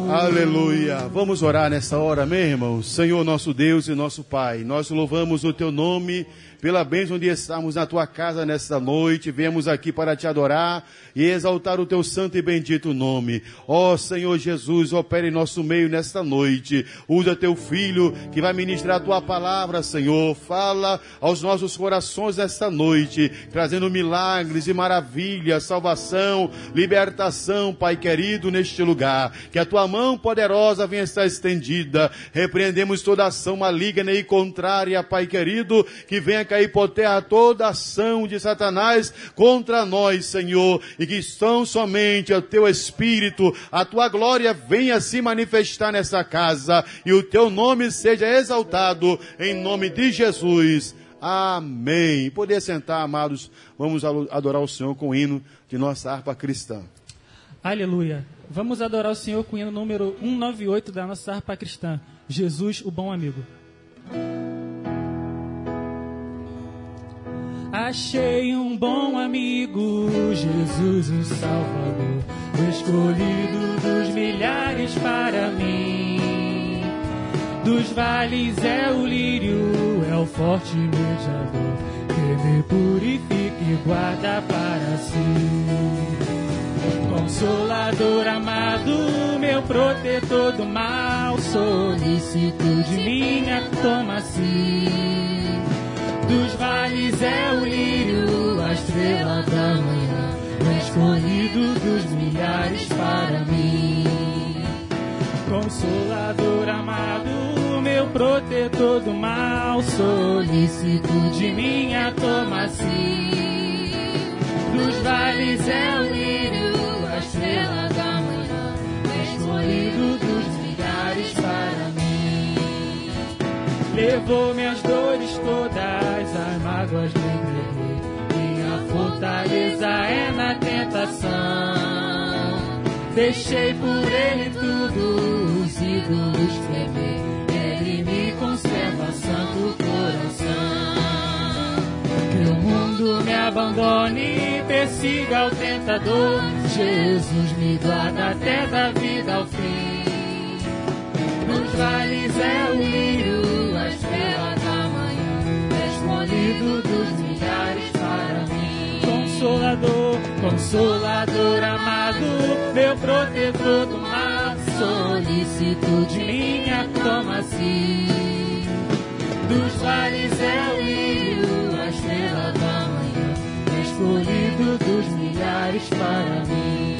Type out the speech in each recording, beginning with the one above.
Aleluia. Vamos orar nessa hora, meu irmão. Senhor, nosso Deus e nosso Pai, nós louvamos o teu nome pela bênção de estarmos na tua casa nesta noite. Viemos aqui para te adorar e exaltar o teu santo e bendito nome. Ó Senhor Jesus, opera em nosso meio nesta noite. Usa teu filho que vai ministrar a tua palavra, Senhor. Fala aos nossos corações nesta noite, trazendo milagres e maravilhas, salvação, libertação, Pai querido, neste lugar. Que a tua mão poderosa venha estar estendida. Repreendemos toda ação maligna e contrária, Pai querido, que venha cair por terra toda ação de Satanás contra nós, Senhor, e que tão somente o teu Espírito, a tua glória venha se manifestar nessa casa e o teu nome seja exaltado em nome de Jesus. Amém. Poder sentar, amados, vamos adorar o Senhor com o hino de nossa harpa cristã. Aleluia. Vamos adorar o Senhor com o hino número 198 da nossa harpa cristã. Jesus, o bom amigo. Achei um bom amigo, Jesus o Salvador, o escolhido dos milhares para mim. Dos vales é o lírio, é o forte mediador, que me purifica e guarda para si. Consolador amado, meu protetor do mal, solicitude minha, toma-se. Dos vales é o lírio, a estrela da manhã, o escolhido dos milhares para mim. Consolador amado, meu protetor do mal, solicitude minha, toma-se. Dos vales é o lírio, a estrela da manhã, o escolhido dos milhares para mim. Levou minhas dores todas, as mágoas me entreguei. Minha fortaleza é na tentação. Deixei por ele tudo, os ídolos tremer. Ele me conserva santo coração. Que o mundo me abandone, persiga o tentador. Jesus me guarda até da vida ao fim. Nos vales é o lírio, a estrela da manhã, escolhido dos milhares para mim. Consolador, consolador amado, meu protetor do mal, solicitude minha, toma-se. Dos vales é o lírio, a estrela da manhã, escolhido dos milhares para mim.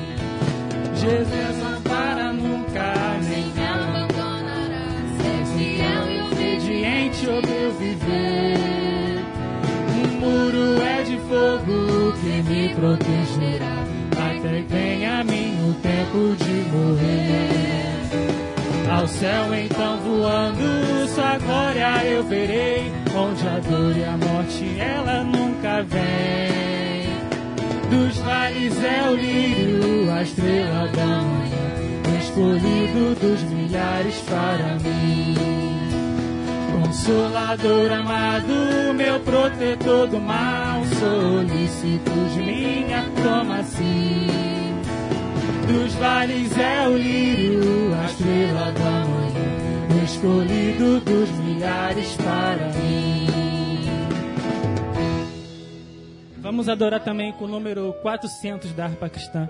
Jesus ampara nunca, nem me abandonará, ser fiel e obediente o meu viver. Um muro é de fogo que me protegerá, até que venha a mim o tempo de morrer. Ao céu então voando, sua glória eu verei, onde a dor e a morte ela nunca vem. Dos vales é o lírio, a estrela da manhã, o escolhido dos milhares para mim. Consolador amado, meu protetor do mal, solicitude minha, toma-se. Dos vales é o lírio, a estrela da manhã, o escolhido dos milhares para mim. Vamos adorar também com o número 400 da harpa cristã.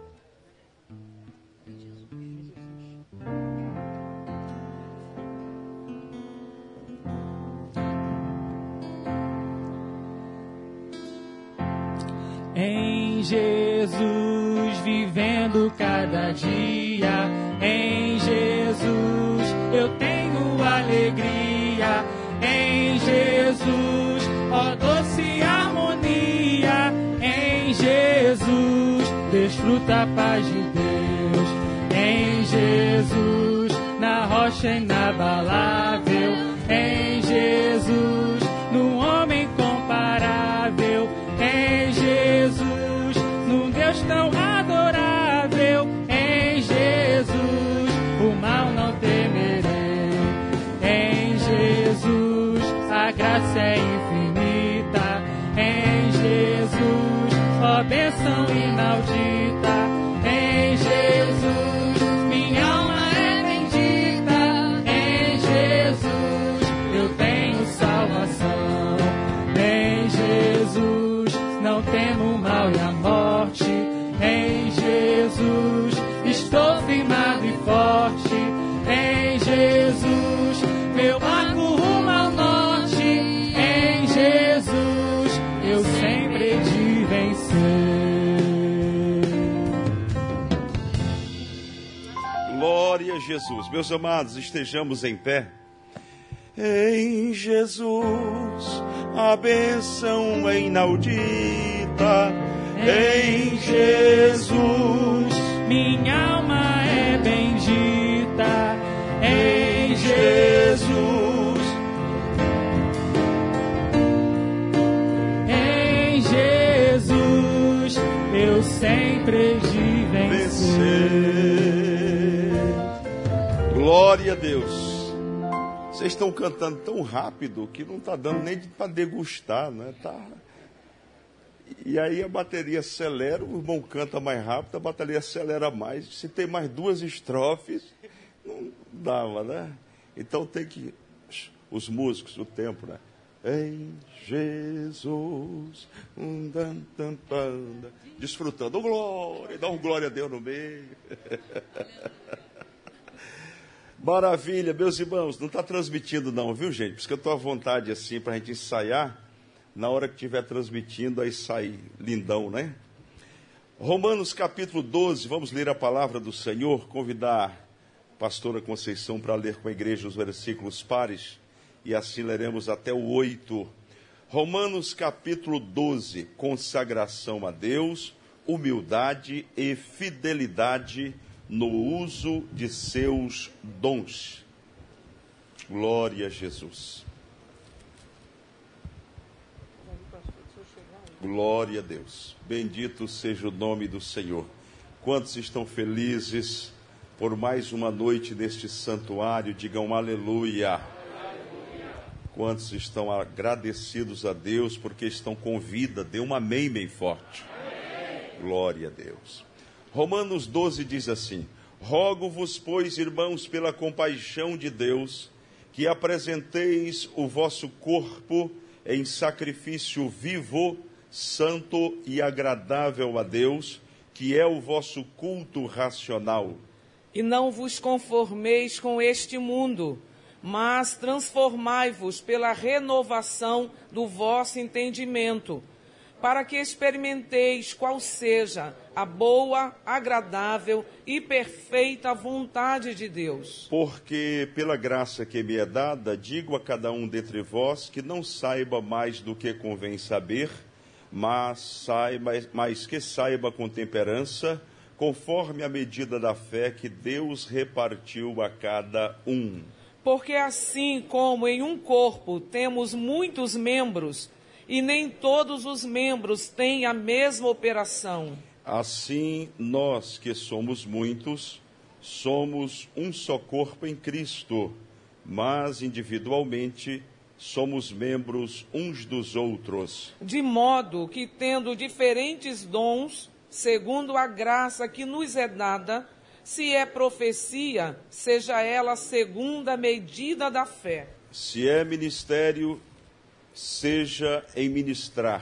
Em Jesus vivendo cada dia, em Jesus eu tenho alegria, em Jesus, ó doce harmonia, em Jesus desfruta a paz de Deus, em Jesus na rocha inabalável, em Jesus no homem comparável, em Jesus num Deus tão adorável, em Jesus o mal não temerei, em Jesus a graça é infinita, em Jesus ó bênção inaudita, em Jesus minha alma Glória a Jesus. Meus amados, estejamos em pé. Em Jesus, a bênção é inaudita. Em Jesus, minha alma é bendita. Em Jesus, em Jesus, eu sempre hei de vencer. Glória a Deus. Vocês estão cantando tão rápido que não está dando nem para degustar, né? E aí a bateria acelera, o irmão canta mais rápido, a bateria acelera mais. Se tem mais 2 estrofes, não dava, né? Então tem que... Os músicos, o tempo, né? Em Jesus, desfrutando. Glória, dá um glória a Deus no meio. Maravilha, meus irmãos, não está transmitindo não, viu, gente? Por isso que eu estou à vontade assim para a gente ensaiar. Na hora que estiver transmitindo, aí sai lindão, né? Romanos capítulo 12, vamos ler a palavra do Senhor. Convidar a pastora Conceição para ler com a igreja os versículos pares. E assim leremos até o 8. Romanos capítulo 12, consagração a Deus, humildade e fidelidade no uso de seus dons. Glória a Jesus. Glória a Deus. Bendito seja o nome do Senhor. Quantos estão felizes por mais uma noite neste santuário? Digam aleluia. Quantos estão agradecidos a Deus porque estão com vida? Dê um amém bem forte. Glória a Deus. Romanos 12 diz assim: rogo-vos, pois, irmãos, pela compaixão de Deus, que apresenteis o vosso corpo em sacrifício vivo, santo e agradável a Deus, que é o vosso culto racional. E não vos conformeis com este mundo, mas transformai-vos pela renovação do vosso entendimento, para que experimenteis qual seja a boa, agradável e perfeita vontade de Deus. Porque, pela graça que me é dada, digo a cada um dentre vós que não saiba mais do que convém saber, mas que saiba com temperança, conforme a medida da fé que Deus repartiu a cada um. Porque assim como em um corpo temos muitos membros, e nem todos os membros têm a mesma operação, assim nós que somos muitos, somos um só corpo em Cristo, mas individualmente somos membros uns dos outros. De modo que, tendo diferentes dons, segundo a graça que nos é dada, se é profecia, seja ela segundo a medida da fé. Se é ministério, seja em ministrar.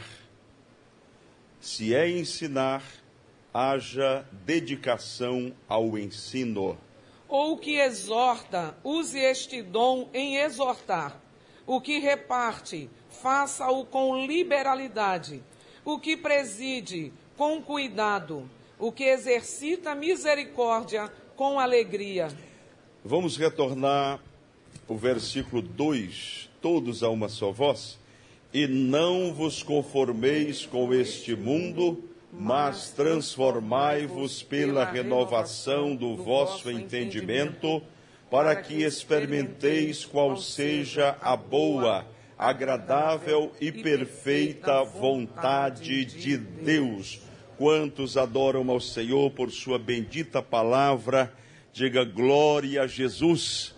Se é ensinar, haja dedicação ao ensino. Ou que exorta, use este dom em exortar. O que reparte, faça-o com liberalidade. O que preside, com cuidado. O que exercita misericórdia, com alegria. Vamos retornar o versículo 2, todos a uma só voz. E não vos conformeis com este mundo, mas transformai-vos pela renovação do vosso entendimento, para que experimenteis qual seja a boa, agradável e perfeita vontade de Deus. Quantos adoram ao Senhor por sua bendita palavra, diga glória a Jesus.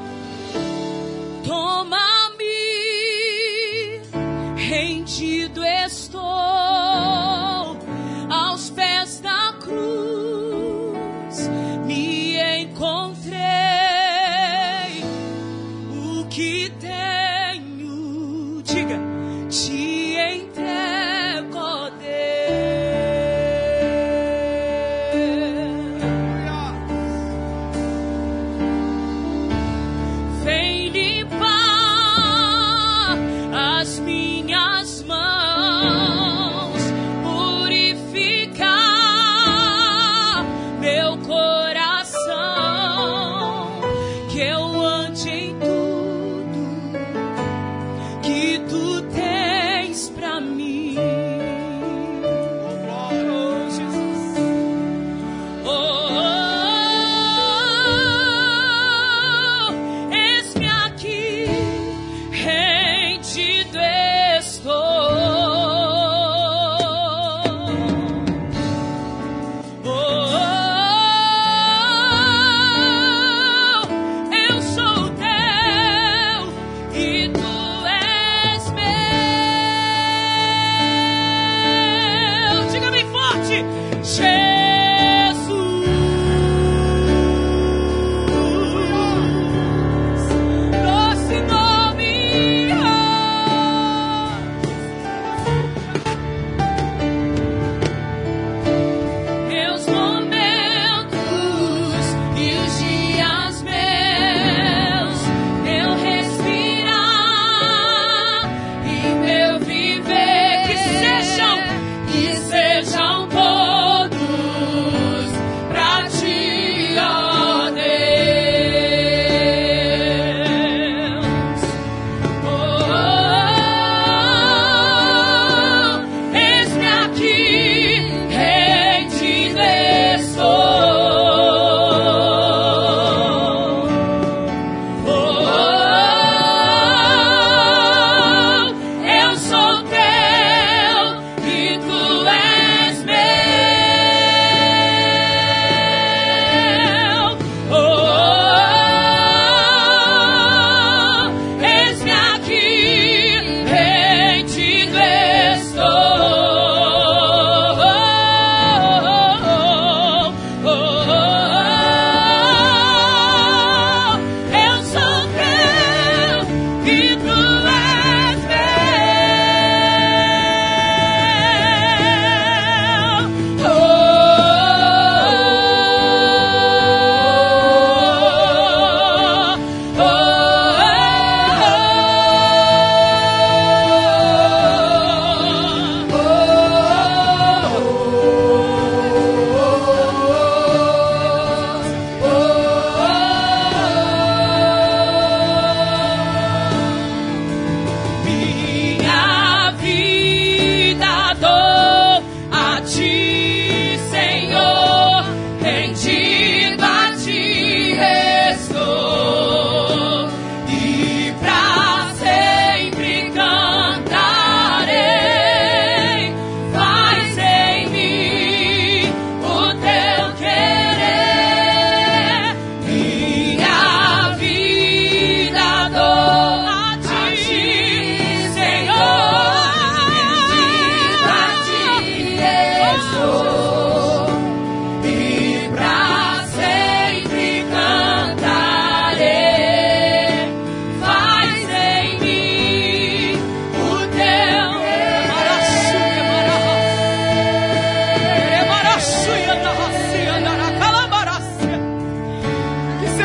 Toma-me, rendido estou aos pés da cruz, me encontrei, o que tenho, diga, te entrego, ó Deus. Vem limpar as minhas mãos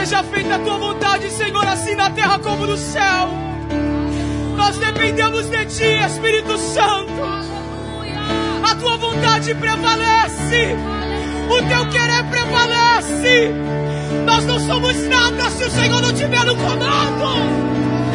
Seja feita a tua vontade, Senhor, assim na terra como no céu. Nós dependemos de ti, Espírito Santo. A tua vontade prevalece, o teu querer prevalece. Nós não somos nada se o Senhor não tiver no comando.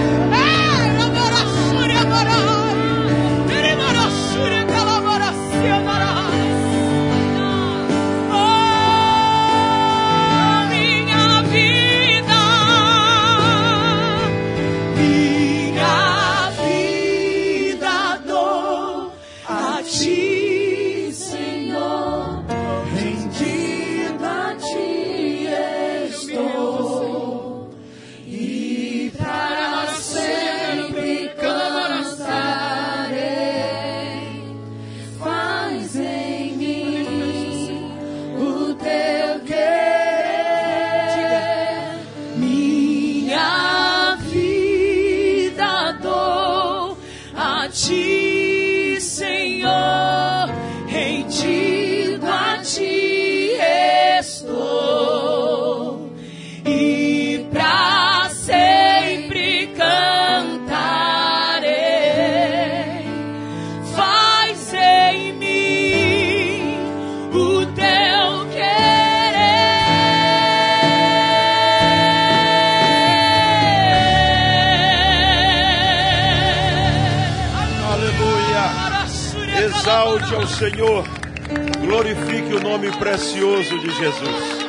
Exalte ao Senhor, glorifique o nome precioso de Jesus.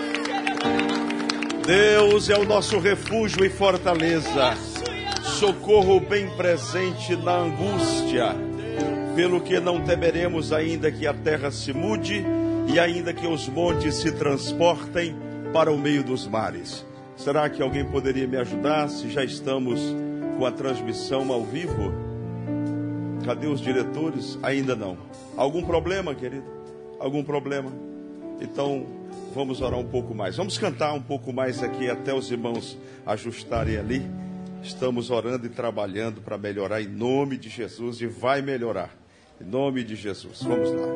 Deus é o nosso refúgio e fortaleza, socorro bem presente na angústia, pelo que não temeremos ainda que a terra se mude e ainda que os montes se transportem para o meio dos mares. Será que alguém poderia me ajudar se já estamos com a transmissão ao vivo? Cadê os diretores? Ainda não. Algum problema, querido? Algum problema? Então, vamos orar um pouco mais. Vamos cantar um pouco mais aqui até os irmãos ajustarem ali. Estamos orando e trabalhando para melhorar em nome de Jesus e vai melhorar. Em nome de Jesus. Vamos lá.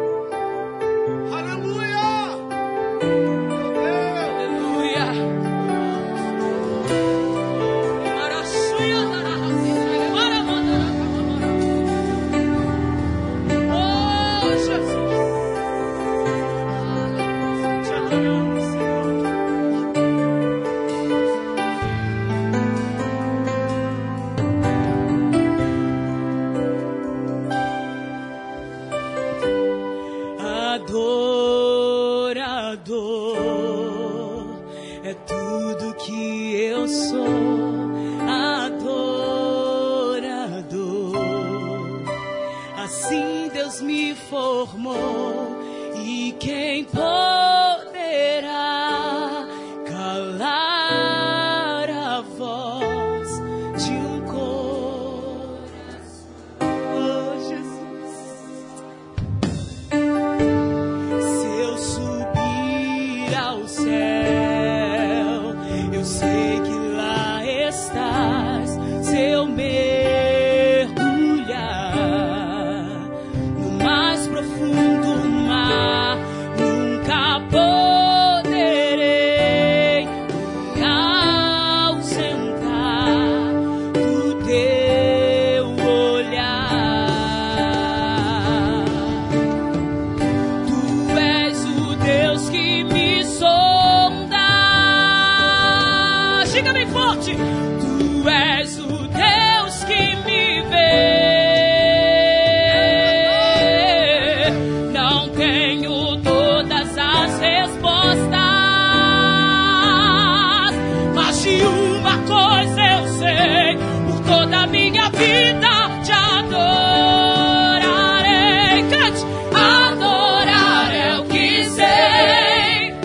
Aleluia! Aleluia! Formou, e quem poderá calar a voz de um coração? Oh, Jesus, se eu subir ao céu, eu sei que lá estás. Se eu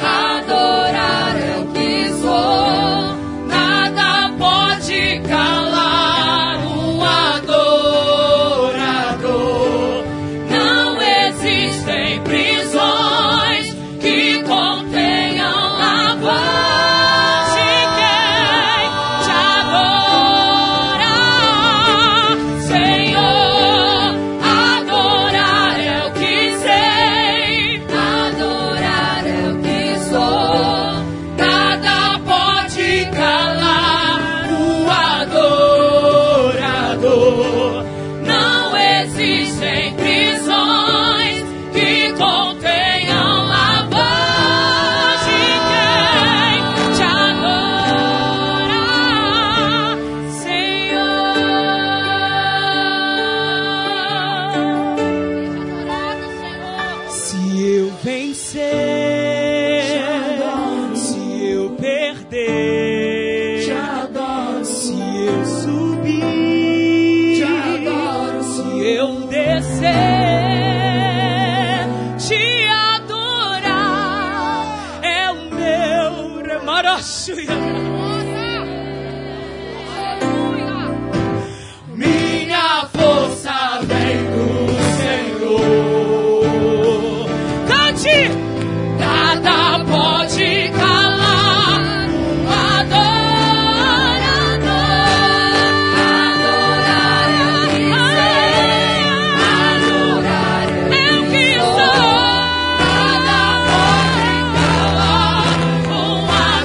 Calar perder. Te adoro. Se eu subir, Te adoro. se eu descer, te adorar é o meu remorso. Minha força vem do Senhor. Cante! Nada pode calar um adorador. Adorar é o que sei, adorar é o que sou. Nada pode calar um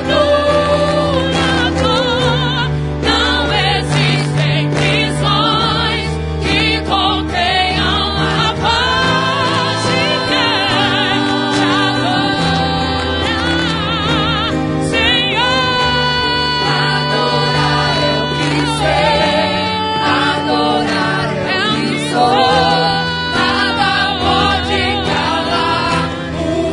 adorador. Não existem prisões que contenham a paz de quem te adorar, Senhor. Adorar é o que sei, adorar é o que sou. Nada pode calar um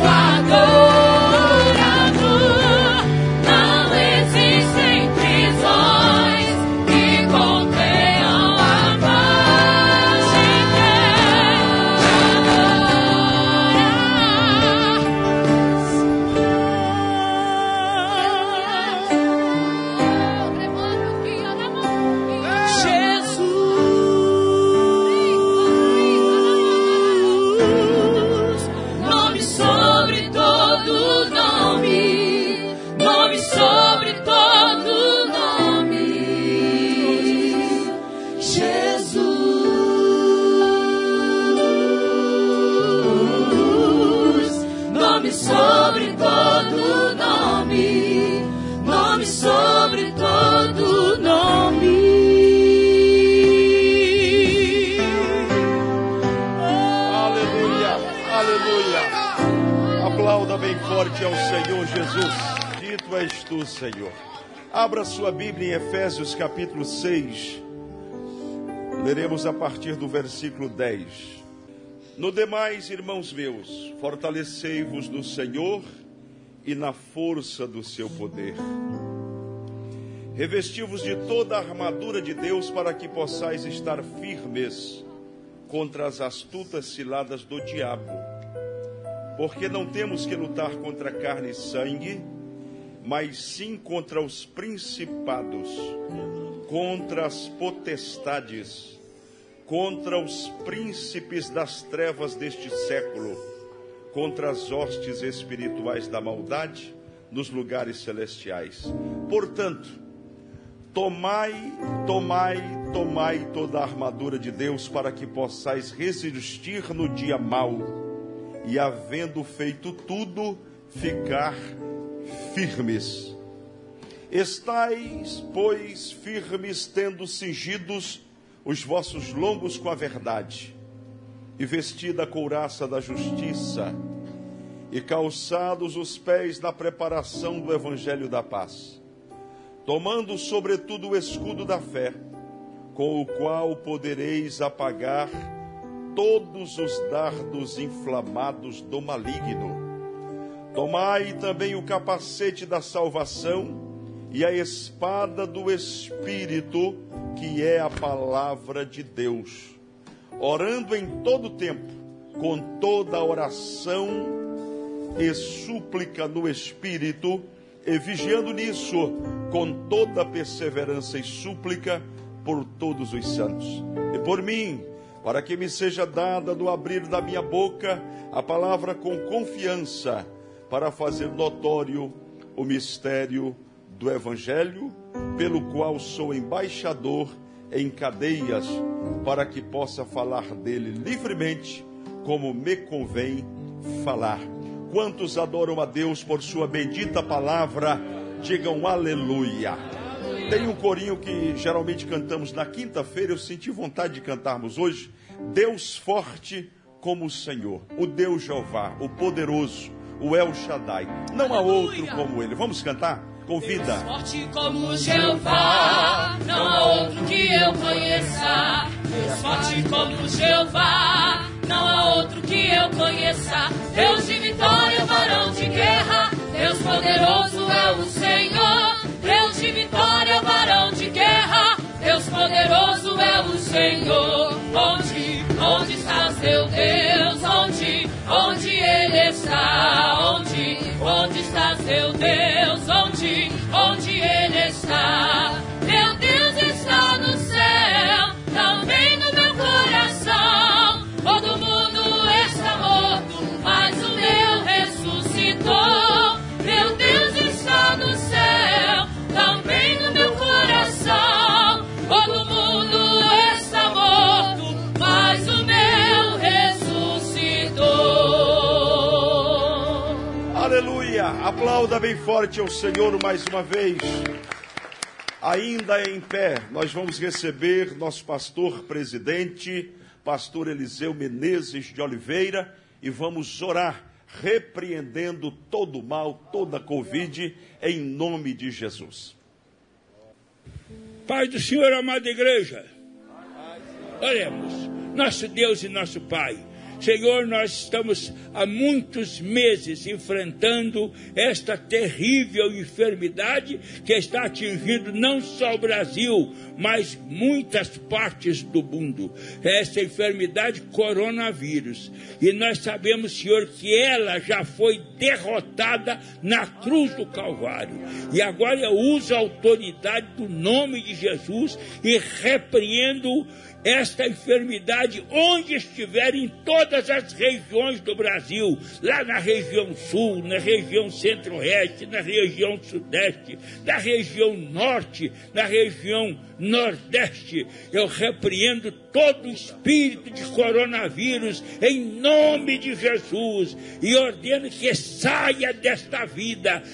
adorador. Não existem prisões que contenham a paz de quem te Jesus, nome sobre todo nome, nome sobre todo nome. Jesus, nome sobre todo nome, nome sobre todo nome. Aleluia, aleluia. Aplauda bem forte ao Senhor Jesus. Dito és tu, Senhor. Abra sua Bíblia em Efésios capítulo 6. Leremos a partir do versículo 10. No demais, irmãos meus, fortalecei-vos no Senhor e na força do seu poder. Revesti-vos de toda a armadura de Deus para que possais estar firmes contra as astutas ciladas do diabo. Porque não temos que lutar contra carne e sangue, mas sim contra os principados, contra as potestades, contra os príncipes das trevas deste século, contra as hostes espirituais da maldade nos lugares celestiais. Portanto, tomai toda a armadura de Deus para que possais resistir no dia mau e, havendo feito tudo, ficar firmes. Estais, pois, firmes, tendo cingidos os vossos lombos com a verdade, e vestida a couraça da justiça, e calçados os pés na preparação do evangelho da paz, tomando sobretudo o escudo da fé, com o qual podereis apagar todos os dardos inflamados do maligno. Tomai também o capacete da salvação e a espada do Espírito, que é a palavra de Deus, orando em todo tempo, com toda oração e súplica no Espírito, e vigiando nisso, com toda perseverança e súplica por todos os santos. E por mim, para que me seja dada no abrir da minha boca a palavra com confiança, para fazer notório o mistério do Evangelho, pelo qual sou embaixador em cadeias, para que possa falar dele livremente, como me convém falar. Quantos adoram a Deus por sua bendita palavra, digam aleluia. Tem um corinho que geralmente cantamos na quinta-feira, eu senti vontade de cantarmos hoje. Deus forte como o Senhor, o Deus Jeová, o poderoso, o El Shaddai. Não há outro como ele. Vamos cantar? Convida. Deus forte como Jeová, não há outro que eu conheça. Deus forte como Jeová, não há outro que eu conheça. Deus de vitória, varão de guerra, Deus poderoso é o Senhor, Deus de vitória, varão de guerra. Deus poderoso é o Senhor. Onde está seu Deus? Onde Ele está? Onde está seu Deus? Onde Ele está? Meu Deus está no céu, também no meu coração. Todo mundo está morto, mas o meu ressuscitou. Meu Deus está no céu, também no meu coração. Todo mundo está morto, mas o meu ressuscitou. Aleluia! Aplauda bem forte ao Senhor mais uma vez. Ainda em pé, nós vamos receber nosso pastor presidente, pastor Eliseu Menezes de Oliveira, e vamos orar, repreendendo todo o mal, toda a Covid, em nome de Jesus. Pai do Senhor, amada igreja, oremos. Nosso Deus e nosso Pai, Senhor, nós estamos há muitos meses enfrentando esta terrível enfermidade que está atingindo não só o Brasil, mas muitas partes do mundo. Essa enfermidade coronavírus. E nós sabemos, Senhor, que ela já foi derrotada na cruz do Calvário. E agora eu uso a autoridade do nome de Jesus e repreendo esta enfermidade onde estiver, em todas as regiões do Brasil, lá na região sul, na região centro-oeste, na região sudeste, na região norte, na região nordeste. Eu repreendo todo espírito de coronavírus em nome de Jesus e ordeno que saia desta vida,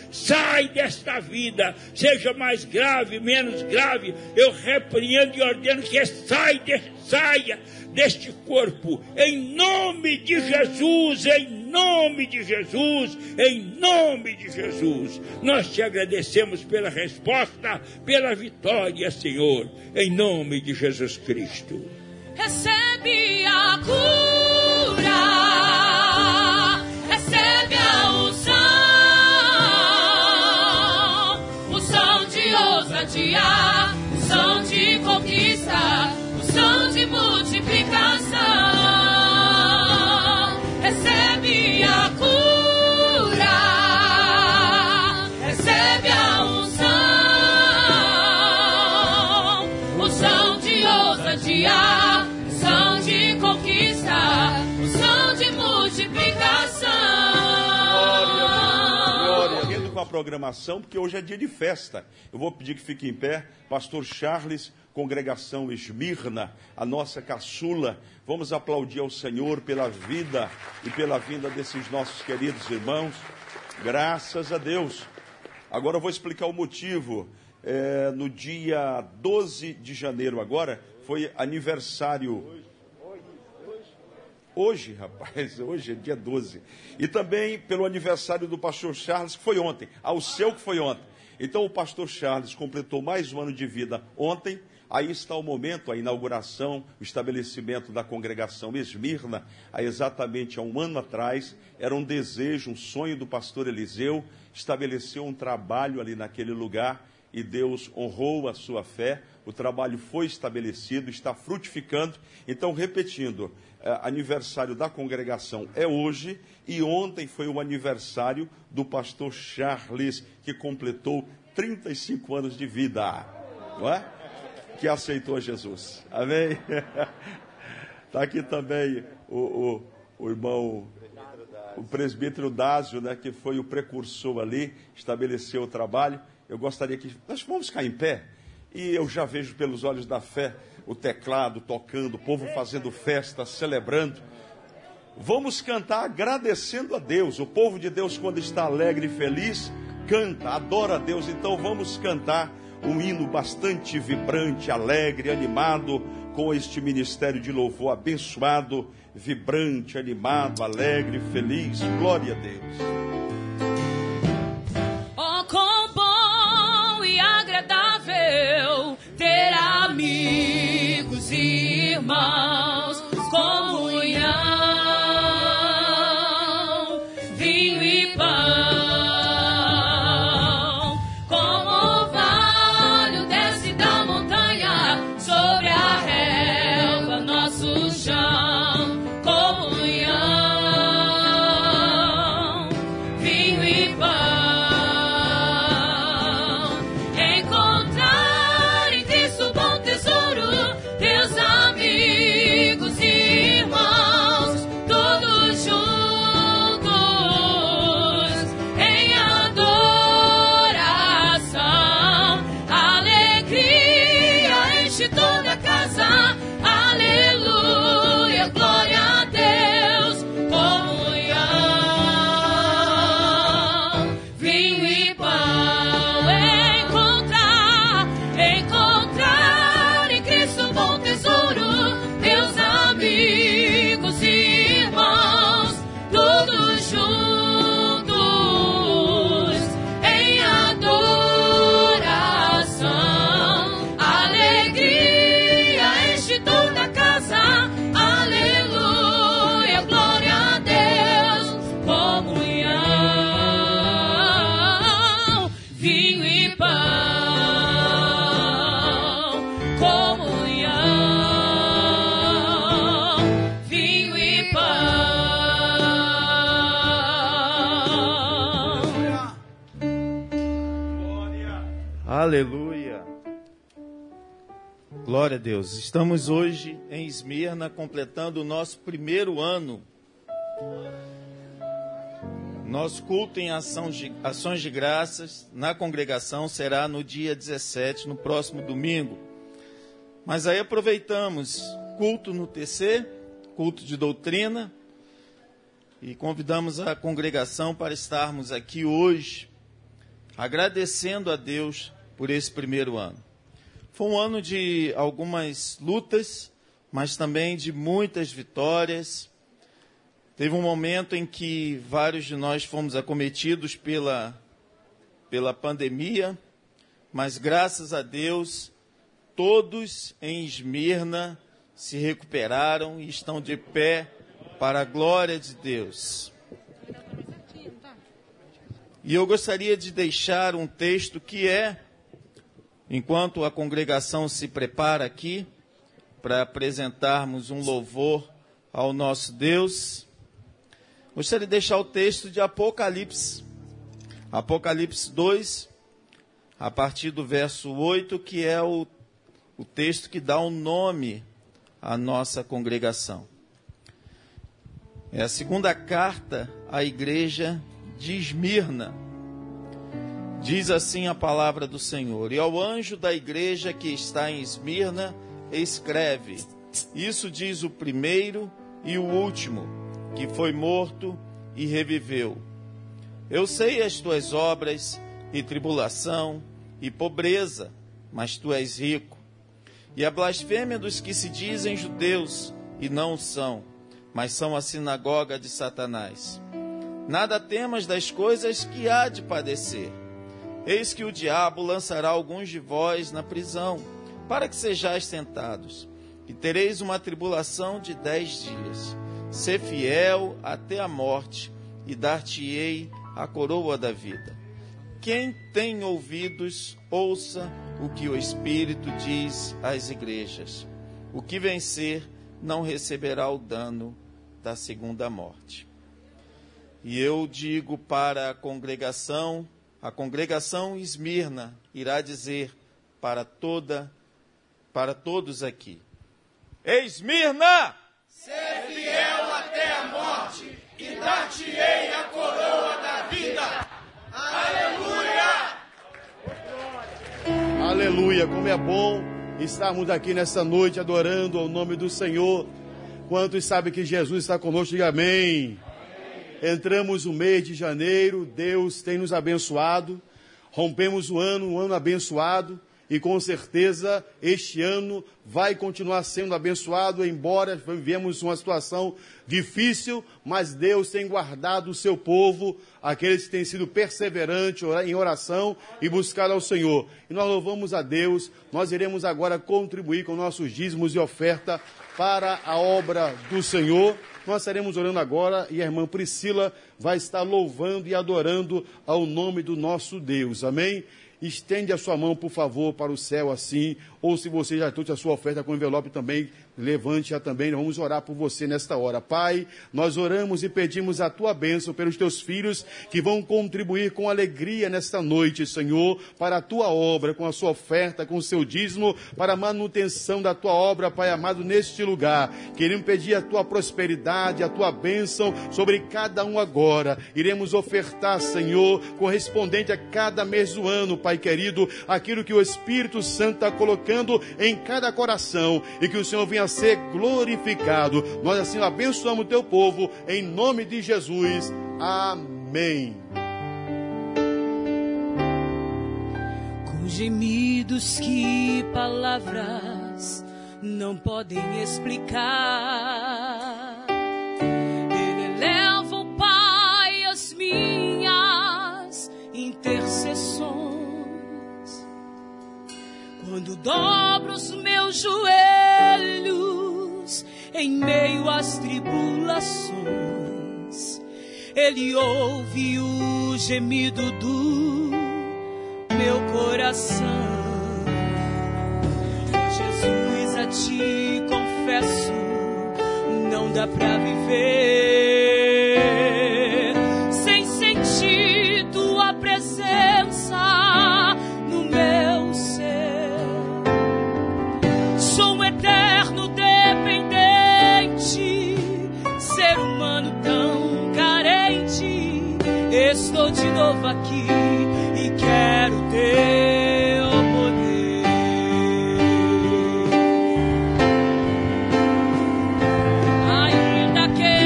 seja mais grave, menos grave. Eu repreendo e ordeno que saia deste corpo, em nome de Jesus, em nome de Jesus, em nome de Jesus. Nós te agradecemos pela resposta, pela vitória, Senhor, em nome de Jesus Cristo. Recebe a cura, recebe a unção de ousadia, unção de conquista, unção de multiplicação. Recebe a cura, recebe a unção de ousadia, unção de conquista, unção de multiplicação. Glória, indo com a programação, porque hoje é dia de festa. Eu vou pedir que fique em pé, pastor Charles, congregação Esmirna, a nossa caçula. Vamos aplaudir ao Senhor pela vida e pela vinda desses nossos queridos irmãos. Graças a Deus. Agora eu vou explicar o motivo. No dia 12 de janeiro agora, foi aniversário. Hoje, rapaz, hoje é dia 12. E também pelo aniversário do pastor Charles, que foi ontem. Ao seu que foi ontem. Então o pastor Charles completou mais um ano de vida ontem. Aí está o momento, a inauguração, o estabelecimento da congregação Esmirna, há exatamente há um ano atrás. Era um desejo, um sonho do pastor Eliseu, estabeleceu um trabalho ali naquele lugar e Deus honrou a sua fé. O trabalho foi estabelecido, está frutificando. Então, repetindo, aniversário da congregação é hoje e ontem foi o aniversário do pastor Charles, que completou 35 anos de vida, não é? Que aceitou Jesus. Amém? Está aqui também o irmão, o presbítero Dásio, né, que foi o precursor ali, estabeleceu o trabalho. Eu gostaria que nós vamos ficar em pé. E eu já vejo pelos olhos da fé o teclado tocando, o povo fazendo festa, celebrando. Vamos cantar agradecendo a Deus. O povo de Deus, quando está alegre e feliz, canta, adora a Deus. Então vamos cantar um hino bastante vibrante, alegre, animado, com este ministério de louvor abençoado, vibrante, animado, alegre, feliz. Glória a Deus. Oh, quão bom e agradável ter amigos e irmãos, comunhão, vinho e pão. Aleluia. Glória a Deus. Estamos hoje em Esmirna completando o nosso primeiro ano. Nosso culto em ações de graças na congregação será no dia 17, no próximo domingo. Mas aí aproveitamos culto no TC, culto de doutrina, e convidamos a congregação para estarmos aqui hoje, agradecendo a Deus por esse primeiro ano. Foi um ano de algumas lutas, mas também de muitas vitórias. Teve um momento em que vários de nós fomos acometidos pela pandemia, mas graças a Deus, todos em Esmirna se recuperaram e estão de pé para a glória de Deus. E eu gostaria de deixar um texto que enquanto a congregação se prepara aqui para apresentarmos um louvor ao nosso Deus, gostaria de deixar o texto de Apocalipse. Apocalipse 2, a partir do verso 8, que é o texto que dá um nome à nossa congregação. É a segunda carta à igreja de Esmirna. Diz assim a palavra do Senhor: e ao anjo da igreja que está em Esmirna, escreve: isso diz o primeiro e o último, que foi morto e reviveu. Eu sei as tuas obras, e tribulação, e pobreza, mas tu és rico. E a blasfêmia dos que se dizem judeus, e não são, mas são a sinagoga de Satanás. Nada temas das coisas que há de padecer. Eis que o diabo lançará alguns de vós na prisão, para que sejais tentados, e tereis uma tribulação de 10 dias. Sê fiel até a morte, e dar-te-ei a coroa da vida. Quem tem ouvidos, ouça o que o Espírito diz às igrejas. O que vencer não receberá o dano da segunda morte. E eu digo para a congregação Esmirna irá dizer para todos aqui: Esmirna! Ser fiel até a morte, e dar-te-ei a coroa da vida. Aleluia! Aleluia, como é bom estarmos aqui nessa noite adorando ao nome do Senhor. Quantos sabem que Jesus está conosco? Diga amém. Entramos no mês de janeiro, Deus tem nos abençoado, rompemos um ano abençoado, e com certeza este ano vai continuar sendo abençoado, embora vivemos uma situação difícil, mas Deus tem guardado o seu povo, aqueles que têm sido perseverantes em oração e buscar ao Senhor. E nós louvamos a Deus. Nós iremos agora contribuir com nossos dízimos e oferta para a obra do Senhor. Nós estaremos orando agora e a irmã Priscila vai estar louvando e adorando ao nome do nosso Deus. Amém? Estende a sua mão, por favor, para o céu assim, ou se você já trouxe a sua oferta com envelope também, levante-a também, nós vamos orar por você nesta hora. Pai, nós oramos e pedimos a tua bênção pelos teus filhos que vão contribuir com alegria nesta noite, Senhor, para a tua obra, com a sua oferta, com o seu dízimo, para a manutenção da tua obra, Pai amado, neste lugar. Queremos pedir a tua prosperidade, a tua bênção sobre cada um agora. Iremos ofertar, Senhor, correspondente a cada mês do ano, Pai querido, aquilo que o Espírito Santo está colocando em cada coração, e que o Senhor venha a ser glorificado. Nós assim abençoamos o teu povo, em nome de Jesus. Amém. Com gemidos que palavras não podem explicar, Ele eleva, o Pai, as minhas intercessões. Quando dobro os meus joelhos em meio às tribulações, Ele ouve o gemido do meu coração. Oh, Jesus, a ti confesso, não dá pra viver sem sentir tua presença no meu novo aqui e quero teu poder. Ainda que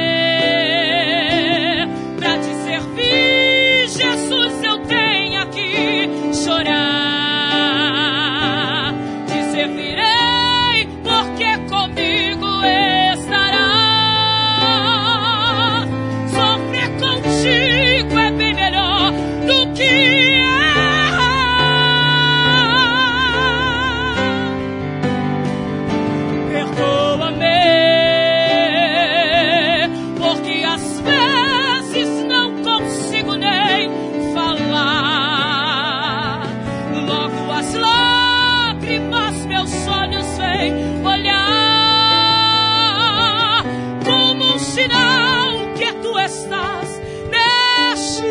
pra te servir, Jesus, eu tenha que chorar, te servirei porque comigo estará. Sofrer contigo é bem melhor do que errar. Perdoa-me, porque às vezes não consigo nem falar. Logo as lágrimas meus olhos vêm olhar, como um sinal que tu estás neste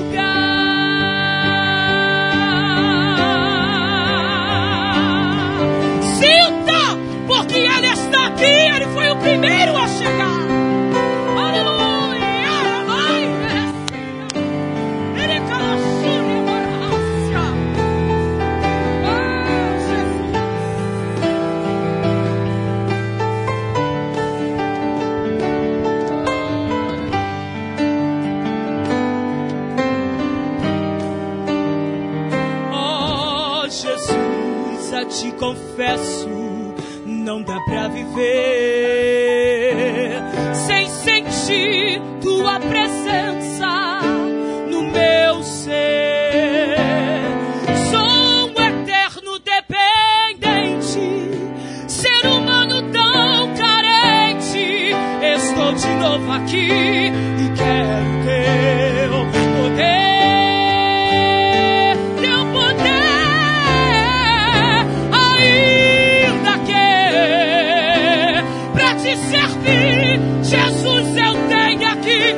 lugar. Sinta, porque Ele está aqui, Ele foi o primeiro a chegar. Aleluia! Ai, Ele calçou minha graça. Ah, Jesus. Oh, Jesus, a ti confesso, não dá pra viver sem sentir tua presença no meu ser. Sou um eterno dependente, ser humano tão carente. Estou de novo aqui e quero teu poder. Teu poder, ainda que pra te servir, Jesus, eu tenho que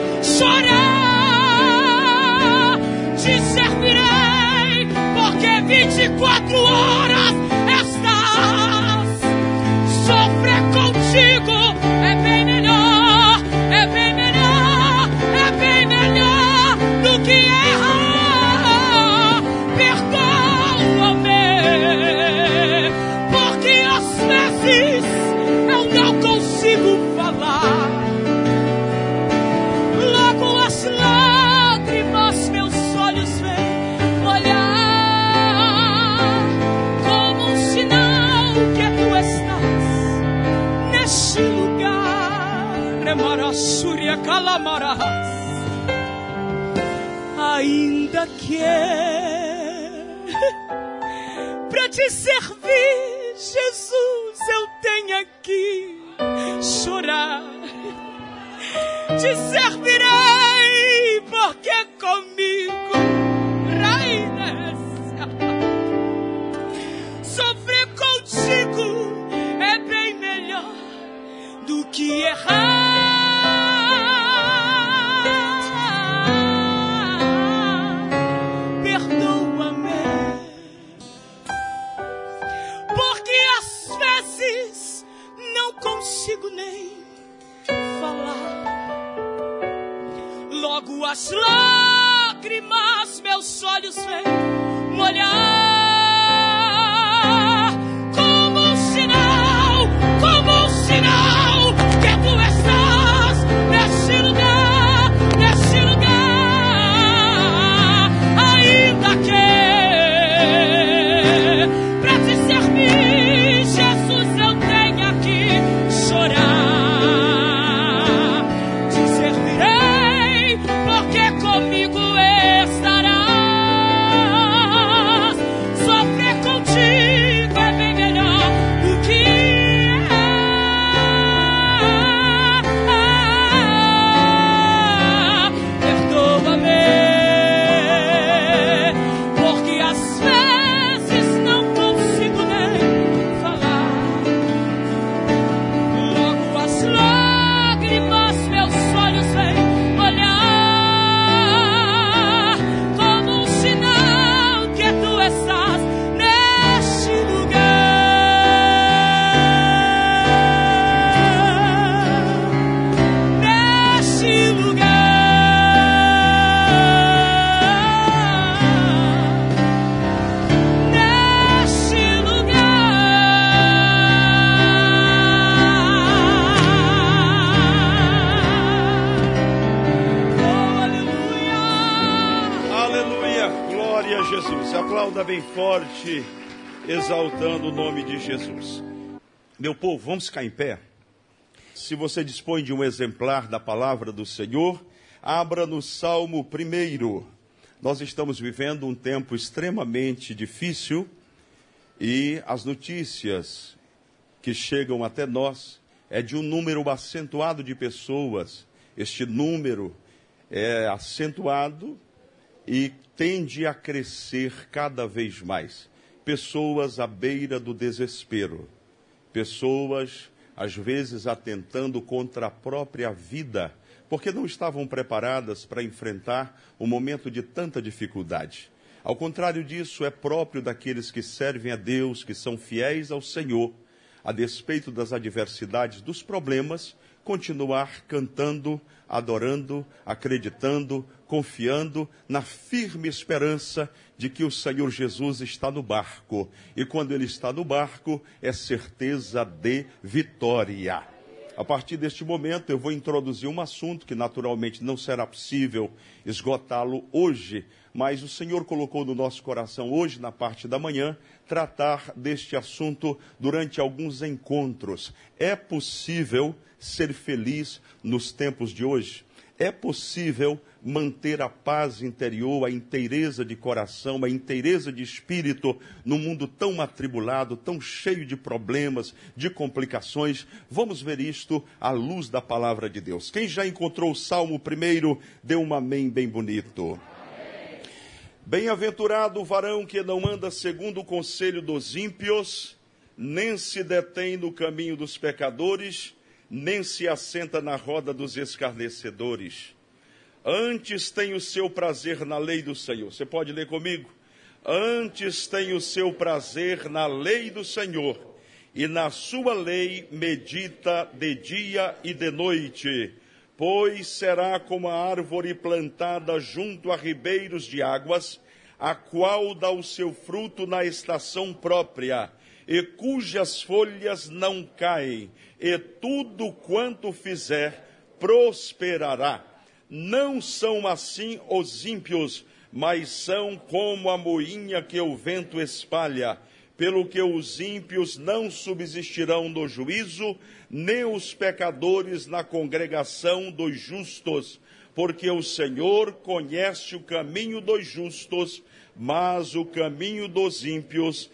chorar. Te servirei, porque 24 horas estás. Sofrer contigo é bem melhor, é bem melhor, é bem melhor do que errar. Perdoa-me, porque às vezes eu não consigo falar. Logo as lágrimas meus olhos vêm olhar, como um sinal que tu estás neste lugar. Remarassúria calamarás. Ainda que pra te servir, Jesus, eu tenha que chorar. Te servirei, porque comigo reinas. Sofrer contigo é bem melhor do que errar. Perdoa-me, porque às vezes não consigo nem falar. Logo as lágrimas meus olhos vêm molhar, como um sinal que tu estás neste lugar, neste lugar. Ainda que pra te servir, Jesus, eu tenha que chorar. Te servirei, porque comigo estarás. forte, exaltando o nome de Jesus. Meu povo, vamos ficar em pé? Se você dispõe de um exemplar da palavra do Senhor, abra no Salmo 1. Nós estamos vivendo um tempo extremamente difícil e as notícias que chegam até nós é de um número acentuado de pessoas. Este número é acentuado e tende a crescer cada vez mais. Pessoas à beira do desespero. Pessoas, às vezes, atentando contra a própria vida, porque não estavam preparadas para enfrentar um momento de tanta dificuldade. Ao contrário disso, é próprio daqueles que servem a Deus, que são fiéis ao Senhor, a despeito das adversidades, dos problemas, continuar cantando, adorando, acreditando, confiando na firme esperança de que o Senhor Jesus está no barco. E quando Ele está no barco, é certeza de vitória. A partir deste momento, eu vou introduzir um assunto que naturalmente não será possível esgotá-lo hoje, mas o Senhor colocou no nosso coração hoje, na parte da manhã, tratar deste assunto durante alguns encontros. É possível ser feliz nos tempos de hoje? É possível manter a paz interior, a inteireza de coração, a inteireza de espírito num mundo tão atribulado, tão cheio de problemas, de complicações? Vamos ver isto à luz da palavra de Deus. Quem já encontrou o Salmo 1, dê um amém bem bonito. Bem-aventurado o varão que não anda segundo o conselho dos ímpios, nem se detém no caminho dos pecadores, nem se assenta na roda dos escarnecedores. Antes tem o seu prazer na lei do Senhor. Você pode ler comigo? Antes tem o seu prazer na lei do Senhor, e na sua lei medita de dia e de noite. Pois será como a árvore plantada junto a ribeiros de águas, a qual dá o seu fruto na estação própria, e cujas folhas não caem, e tudo quanto fizer prosperará. Não são assim os ímpios, mas são como a moinha que o vento espalha. Pelo que os ímpios não subsistirão no juízo, nem os pecadores na congregação dos justos, porque o Senhor conhece o caminho dos justos, mas o caminho dos ímpios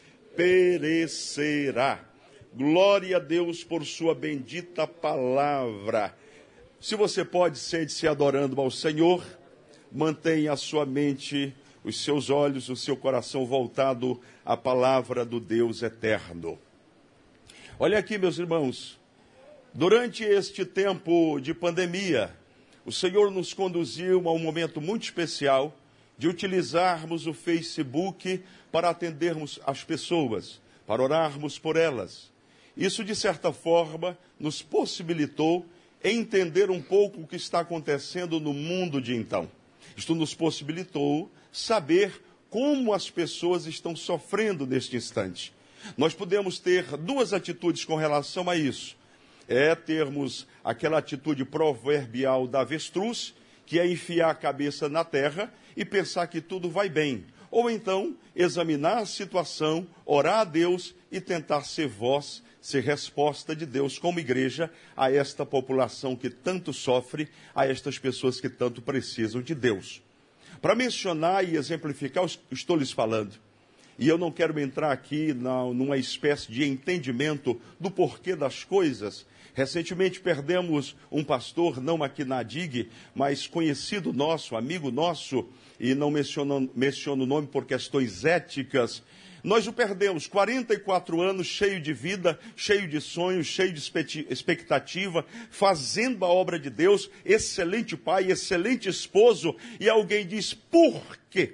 perecerá. Glória a Deus por sua bendita palavra. Se você pode, sente-se adorando ao Senhor, mantenha a sua mente, os seus olhos, o seu coração voltado à palavra do Deus eterno. Olha aqui, meus irmãos, durante este tempo de pandemia, o Senhor nos conduziu a um momento muito especial de utilizarmos o Facebook para atendermos as pessoas, para orarmos por elas. Isso, de certa forma, nos possibilitou entender um pouco o que está acontecendo no mundo de então. Isto nos possibilitou saber como as pessoas estão sofrendo neste instante. Nós podemos ter duas atitudes com relação a isso. É termos aquela atitude proverbial da avestruz, que é enfiar a cabeça na terra e pensar que tudo vai bem. Ou então, examinar a situação, orar a Deus e tentar ser voz, ser resposta de Deus como igreja a esta população que tanto sofre, a estas pessoas que tanto precisam de Deus. Para mencionar e exemplificar, estou lhes falando. E eu não quero entrar aqui numa espécie de entendimento do porquê das coisas. Recentemente perdemos um pastor, não aqui na DIG, mas conhecido nosso, amigo nosso, e não menciono o nome por questões éticas. Nós o perdemos, 44 anos, cheio de vida, cheio de sonhos, cheio de expectativa, fazendo a obra de Deus, excelente pai, excelente esposo, e alguém diz, por quê?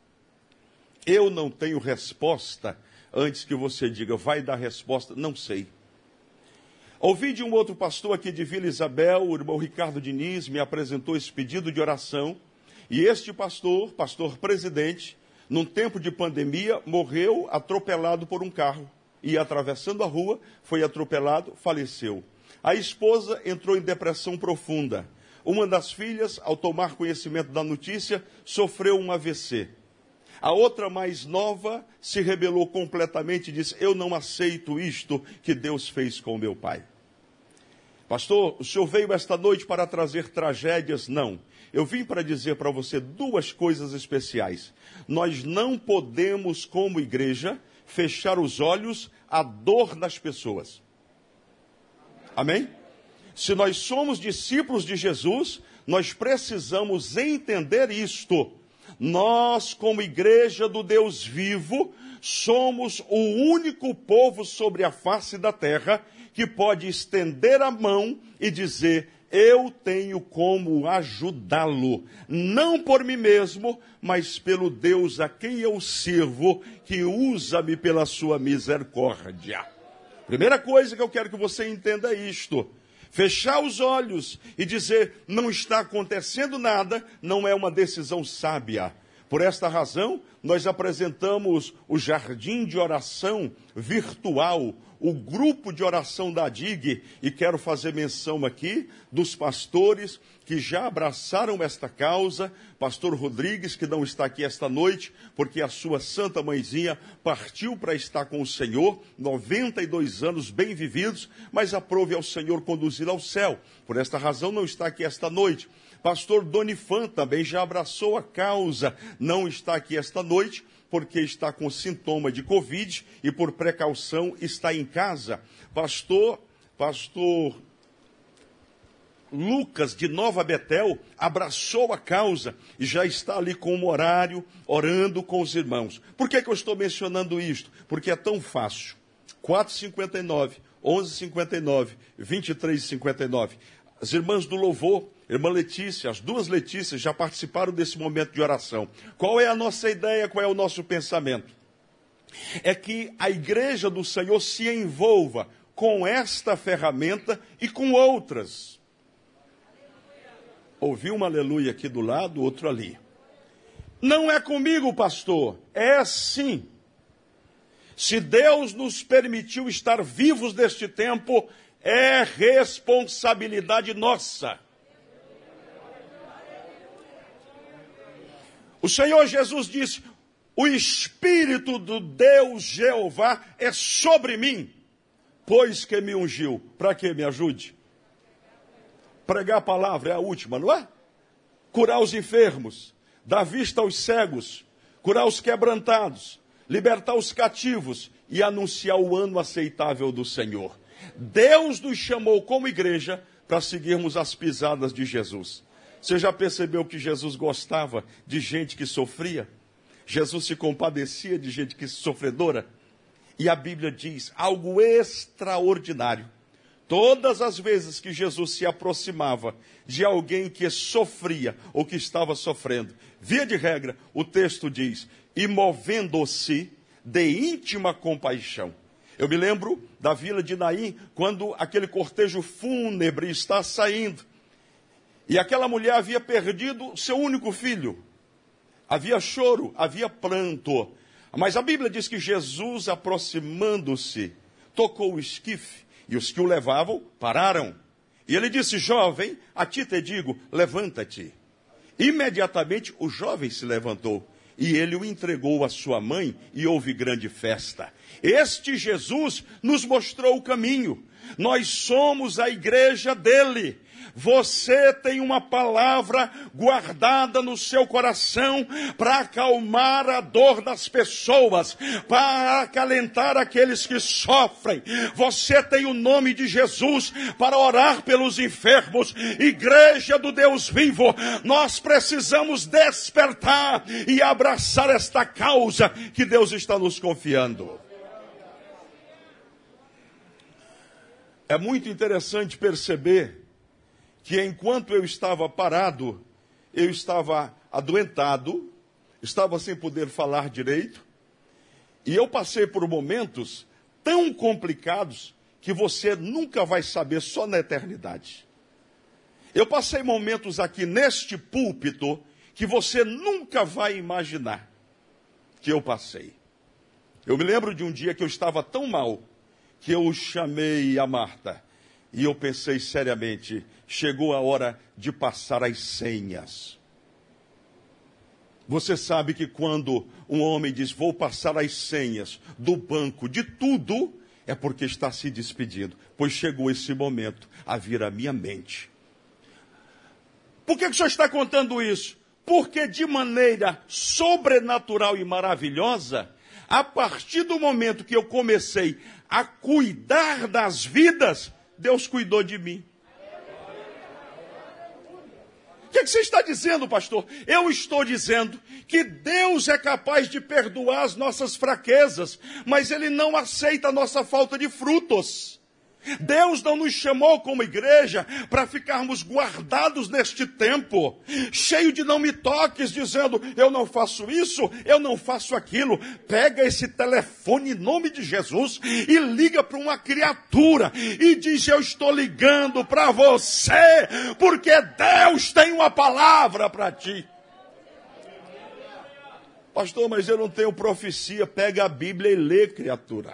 Eu não tenho resposta. Antes que você diga, vai dar resposta, não sei. Ouvi de um outro pastor aqui de Vila Isabel, o irmão Ricardo Diniz, me apresentou esse pedido de oração, e este pastor presidente, num tempo de pandemia, morreu atropelado por um carro. Ia atravessando a rua, foi atropelado, faleceu. A esposa entrou em depressão profunda. Uma das filhas, ao tomar conhecimento da notícia, sofreu um AVC. A outra, mais nova, se rebelou completamente e disse: eu não aceito isto que Deus fez com meu pai. Pastor, o senhor veio esta noite para trazer tragédias? Não. Eu vim para dizer para você duas coisas especiais. Nós não podemos, como igreja, fechar os olhos à dor das pessoas. Amém? Se nós somos discípulos de Jesus, nós precisamos entender isto. Nós, como igreja do Deus vivo, somos o único povo sobre a face da terra que pode estender a mão e dizer: eu tenho como ajudá-lo, não por mim mesmo, mas pelo Deus a quem eu sirvo, que usa-me pela sua misericórdia. Primeira coisa que eu quero que você entenda é isto. Fechar os olhos e dizer: não está acontecendo nada, não é uma decisão sábia. Por esta razão, nós apresentamos o Jardim de Oração Virtual, o grupo de oração da DIG, e quero fazer menção aqui dos pastores que já abraçaram esta causa. Pastor Rodrigues, que não está aqui esta noite, porque a sua santa mãezinha partiu para estar com o Senhor, 92 anos bem vividos, mas aprove ao Senhor conduzi-la ao céu. Por esta razão não está aqui esta noite. Pastor Donifan também já abraçou a causa, não está aqui esta noite, porque está com sintoma de Covid e por precaução está em casa. Pastor Lucas de Nova Betel abraçou a causa e já está ali com um horário, orando com os irmãos. Por que eu estou mencionando isto? Porque é tão fácil. 4,59, 11,59, 23,59. As irmãs do louvor, irmã Letícia, as duas Letícias já participaram desse momento de oração. Qual é a nossa ideia, qual é o nosso pensamento? É que a igreja do Senhor se envolva com esta ferramenta e com outras. Ouvi um aleluia aqui do lado, outro ali. Não é comigo, pastor, é assim. Se Deus nos permitiu estar vivos neste tempo, é responsabilidade nossa. O Senhor Jesus disse: o Espírito do Deus Jeová é sobre mim, pois que me ungiu. Para que me ajude? Pregar a palavra é a última, não é? Curar os enfermos, dar vista aos cegos, curar os quebrantados, libertar os cativos e anunciar o ano aceitável do Senhor. Deus nos chamou como igreja para seguirmos as pisadas de Jesus. Você já percebeu que Jesus gostava de gente que sofria? Jesus se compadecia de gente que sofredora? E a Bíblia diz algo extraordinário. Todas as vezes que Jesus se aproximava de alguém que sofria ou que estava sofrendo, via de regra, o texto diz: e movendo-se de íntima compaixão. Eu me lembro da vila de Naim, quando aquele cortejo fúnebre está saindo. E aquela mulher havia perdido seu único filho. Havia choro, havia pranto. Mas a Bíblia diz que Jesus, aproximando-se, tocou o esquife, e os que o levavam pararam. E ele disse: jovem, a ti te digo, levanta-te. Imediatamente o jovem se levantou, e ele o entregou à sua mãe, e houve grande festa. Este Jesus nos mostrou o caminho. Nós somos a igreja dele. Você tem uma palavra guardada no seu coração para acalmar a dor das pessoas, para acalentar aqueles que sofrem. Você tem o nome de Jesus para orar pelos enfermos. Igreja do Deus vivo, nós precisamos despertar e abraçar esta causa que Deus está nos confiando. É muito interessante perceber que enquanto eu estava parado, eu estava adoentado, estava sem poder falar direito, e eu passei por momentos tão complicados que você nunca vai saber, só na eternidade. Eu passei momentos aqui neste púlpito que você nunca vai imaginar que eu passei. Eu me lembro de um dia que eu estava tão mal que eu chamei a Marta e eu pensei seriamente: chegou a hora de passar as senhas. Você sabe que quando um homem diz, vou passar as senhas do banco de tudo, é porque está se despedindo, pois chegou esse momento a vir à minha mente. Por que o senhor está contando isso? Porque de maneira sobrenatural e maravilhosa, a partir do momento que eu comecei a cuidar das vidas, Deus cuidou de mim. O que você está dizendo, pastor? Eu estou dizendo que Deus é capaz de perdoar as nossas fraquezas, mas Ele não aceita a nossa falta de frutos. Deus não nos chamou como igreja para ficarmos guardados neste tempo, cheio de não me toques, dizendo, eu não faço isso, eu não faço aquilo. Pega esse telefone em nome de Jesus e liga para uma criatura e diz, eu estou ligando para você, porque Deus tem uma palavra para ti. Pastor, mas eu não tenho profecia. Pega a Bíblia e lê, criatura.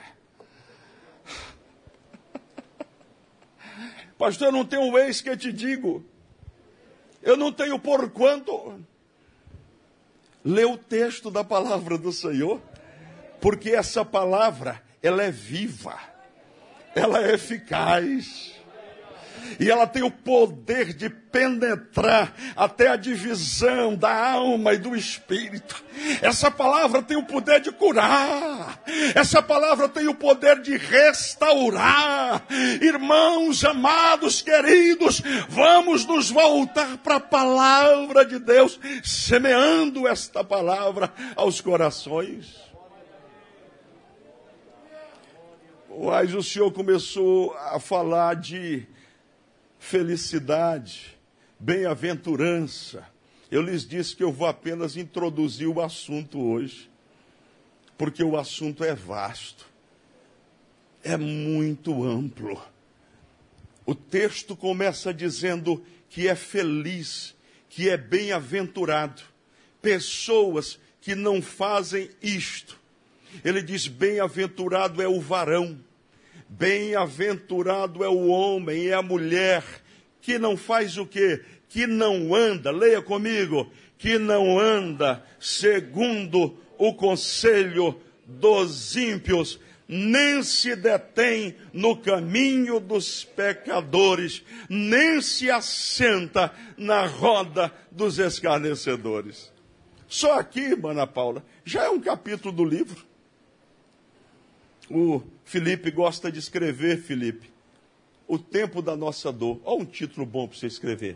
Pastor, eu não tenho eis que eu te digo. Eu não tenho por quanto. Lê o texto da palavra do Senhor, porque essa palavra, ela é viva, ela é eficaz, e ela tem o poder de penetrar até a divisão da alma e do espírito. Essa palavra tem o poder de curar. Essa palavra tem o poder de restaurar. Irmãos amados, queridos, vamos nos voltar para a palavra de Deus, semeando esta palavra aos corações. Mas o Senhor começou a falar de felicidade, bem-aventurança. Eu lhes disse que eu vou apenas introduzir o assunto hoje, porque o assunto é vasto, é muito amplo. O texto começa dizendo que é feliz, que é bem-aventurado, pessoas que não fazem isto. Ele diz, bem-aventurado é o varão, bem-aventurado é o homem e a mulher, que não faz o quê? Que não anda, leia comigo, que não anda segundo o conselho dos ímpios, nem se detém no caminho dos pecadores, nem se assenta na roda dos escarnecedores. Só aqui, irmã Paula, já é um capítulo do livro. O Felipe gosta de escrever, Felipe, o tempo da nossa dor. Olha um título bom para você escrever.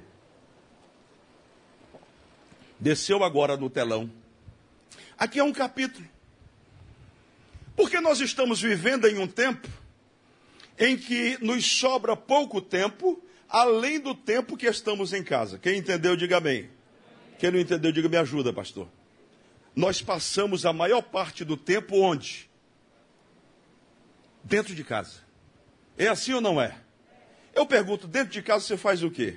Desceu agora no telão. Aqui é um capítulo. Porque nós estamos vivendo em um tempo em que nos sobra pouco tempo, além do tempo que estamos em casa. Quem entendeu, diga amém. Quem não entendeu, diga me ajuda, pastor. Nós passamos a maior parte do tempo onde? Dentro de casa. É assim ou não é? Eu pergunto, dentro de casa você faz o quê?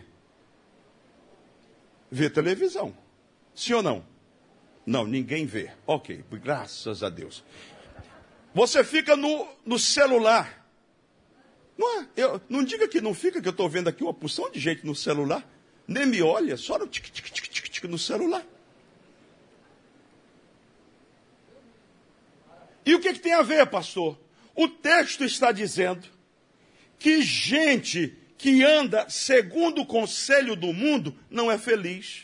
Vê televisão. Sim ou não? Não, ninguém vê. Ok, graças a Deus. Você fica no celular. Não é? Não diga que não fica, que eu estou vendo aqui uma porção de gente no celular. Nem me olha, só no tic-tic-tic-tic no celular. E o que tem a ver, pastor? O texto está dizendo que gente que anda segundo o conselho do mundo não é feliz.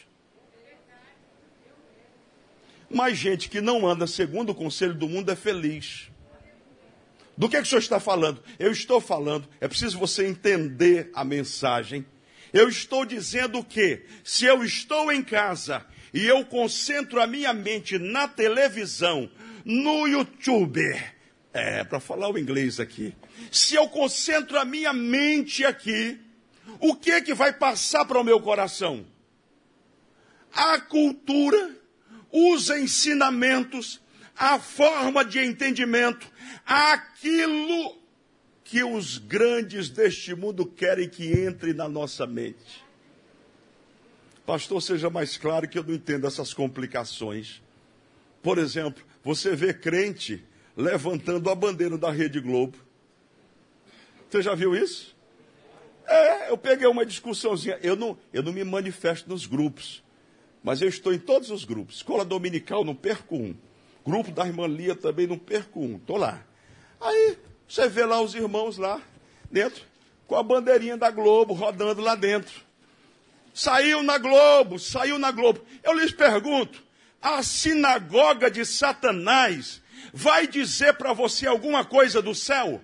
Mas gente que não anda segundo o conselho do mundo é feliz. Do que o senhor está falando? Eu estou falando, é preciso você entender a mensagem. Eu estou dizendo que, se eu estou em casa e eu concentro a minha mente na televisão, no YouTube, para falar o inglês aqui, se eu concentro a minha mente aqui, o que vai passar para o meu coração? A cultura, os ensinamentos, a forma de entendimento, aquilo que os grandes deste mundo querem que entre na nossa mente. Pastor, seja mais claro que eu não entendo essas complicações. Por exemplo, você vê crente levantando a bandeira da Rede Globo. Você já viu isso? Eu peguei uma discussãozinha. Eu não me manifesto nos grupos, Mas eu estou em todos os grupos. Escola dominical, não perco um. Grupo da irmã Lia também, não perco um. Estou lá. Aí, você vê lá os irmãos lá dentro, com a bandeirinha da Globo rodando lá dentro. Saiu na Globo, saiu na Globo. Eu lhes pergunto, a sinagoga de Satanás vai dizer para você alguma coisa do céu?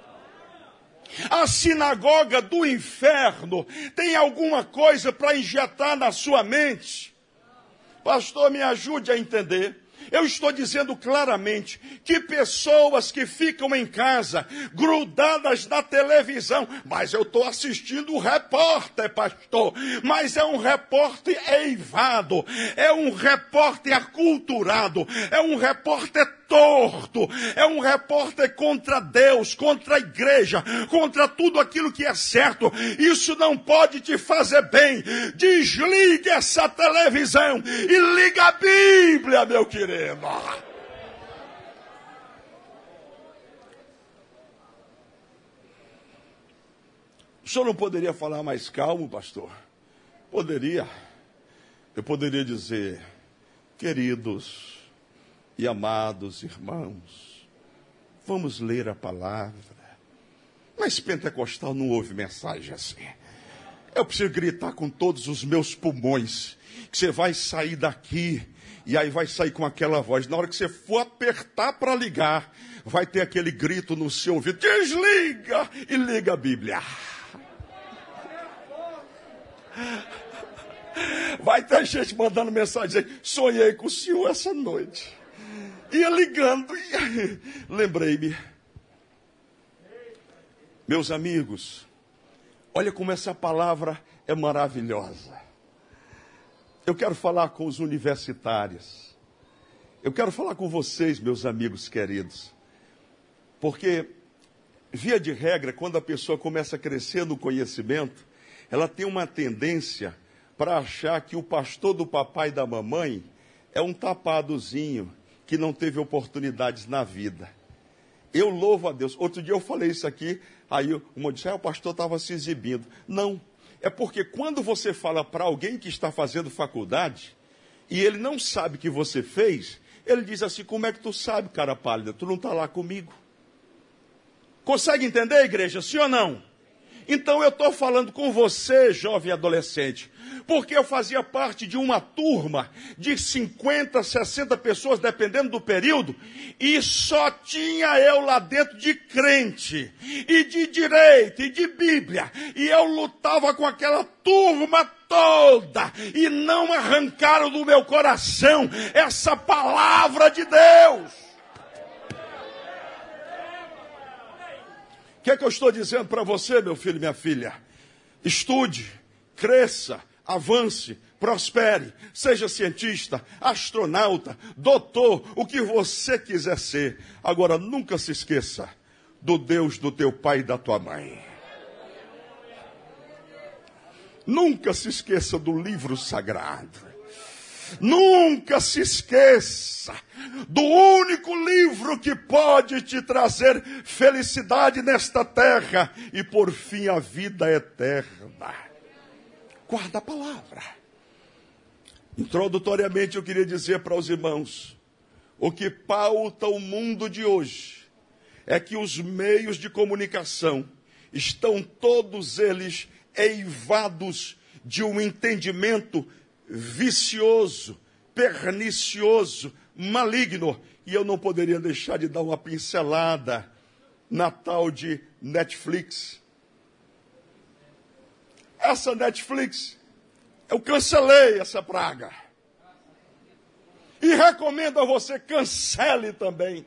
A sinagoga do inferno tem alguma coisa para injetar na sua mente? Pastor, me ajude a entender. Eu estou dizendo claramente que pessoas que ficam em casa, grudadas na televisão, mas eu estou assistindo o repórter, pastor, mas é um repórter eivado, é um repórter aculturado, é um repórter torto, é um repórter contra Deus, contra a igreja, contra tudo aquilo que é certo. Isso não pode te fazer bem. Desligue essa televisão e liga a Bíblia, meu querido. O senhor não poderia falar mais calmo, pastor? Poderia. Eu poderia dizer, queridos e amados irmãos, vamos ler a palavra. Mas pentecostal não ouve mensagem assim. Eu preciso gritar com todos os meus pulmões, que você vai sair daqui, e aí vai sair com aquela voz. Na hora que você for apertar para ligar, vai ter aquele grito no seu ouvido, desliga e liga a Bíblia. Vai ter gente mandando mensagem, sonhei com o senhor essa noite. Ia ligando, lembrei-me. Meus amigos, olha como essa palavra é maravilhosa. Eu quero falar com os universitários. Eu quero falar com vocês, meus amigos queridos. Porque, via de regra, quando a pessoa começa a crescer no conhecimento, ela tem uma tendência para achar que o pastor do papai e da mamãe é um tapadozinho que não teve oportunidades na vida. Eu louvo a Deus. Outro dia eu falei isso aqui, aí uma disse, o pastor estava se exibindo. Não, é porque quando você fala para alguém que está fazendo faculdade, e ele não sabe que você fez, ele diz assim, como é que tu sabe, cara pálida? Tu não está lá comigo. Consegue entender, igreja? Sim ou não? Então eu estou falando com você, jovem adolescente, porque eu fazia parte de uma turma de 50, 60 pessoas, dependendo do período, e só tinha eu lá dentro de crente, e de direito, e de Bíblia, e eu lutava com aquela turma toda, e não arrancaram do meu coração essa palavra de Deus. O que é que eu estou dizendo para você, meu filho e minha filha? Estude, cresça, avance, prospere, seja cientista, astronauta, doutor, o que você quiser ser. Agora, nunca se esqueça do Deus do teu pai e da tua mãe. Nunca se esqueça do livro sagrado. Nunca se esqueça do único livro que pode te trazer felicidade nesta terra e, por fim, a vida eterna. Guarda a palavra. Introdutoriamente, eu queria dizer para os irmãos, o que pauta o mundo de hoje é que os meios de comunicação estão todos eles eivados de um entendimento vicioso, pernicioso, maligno. E eu não poderia deixar de dar uma pincelada na tal de Netflix. Essa Netflix, eu cancelei essa praga. E recomendo a você, cancele também.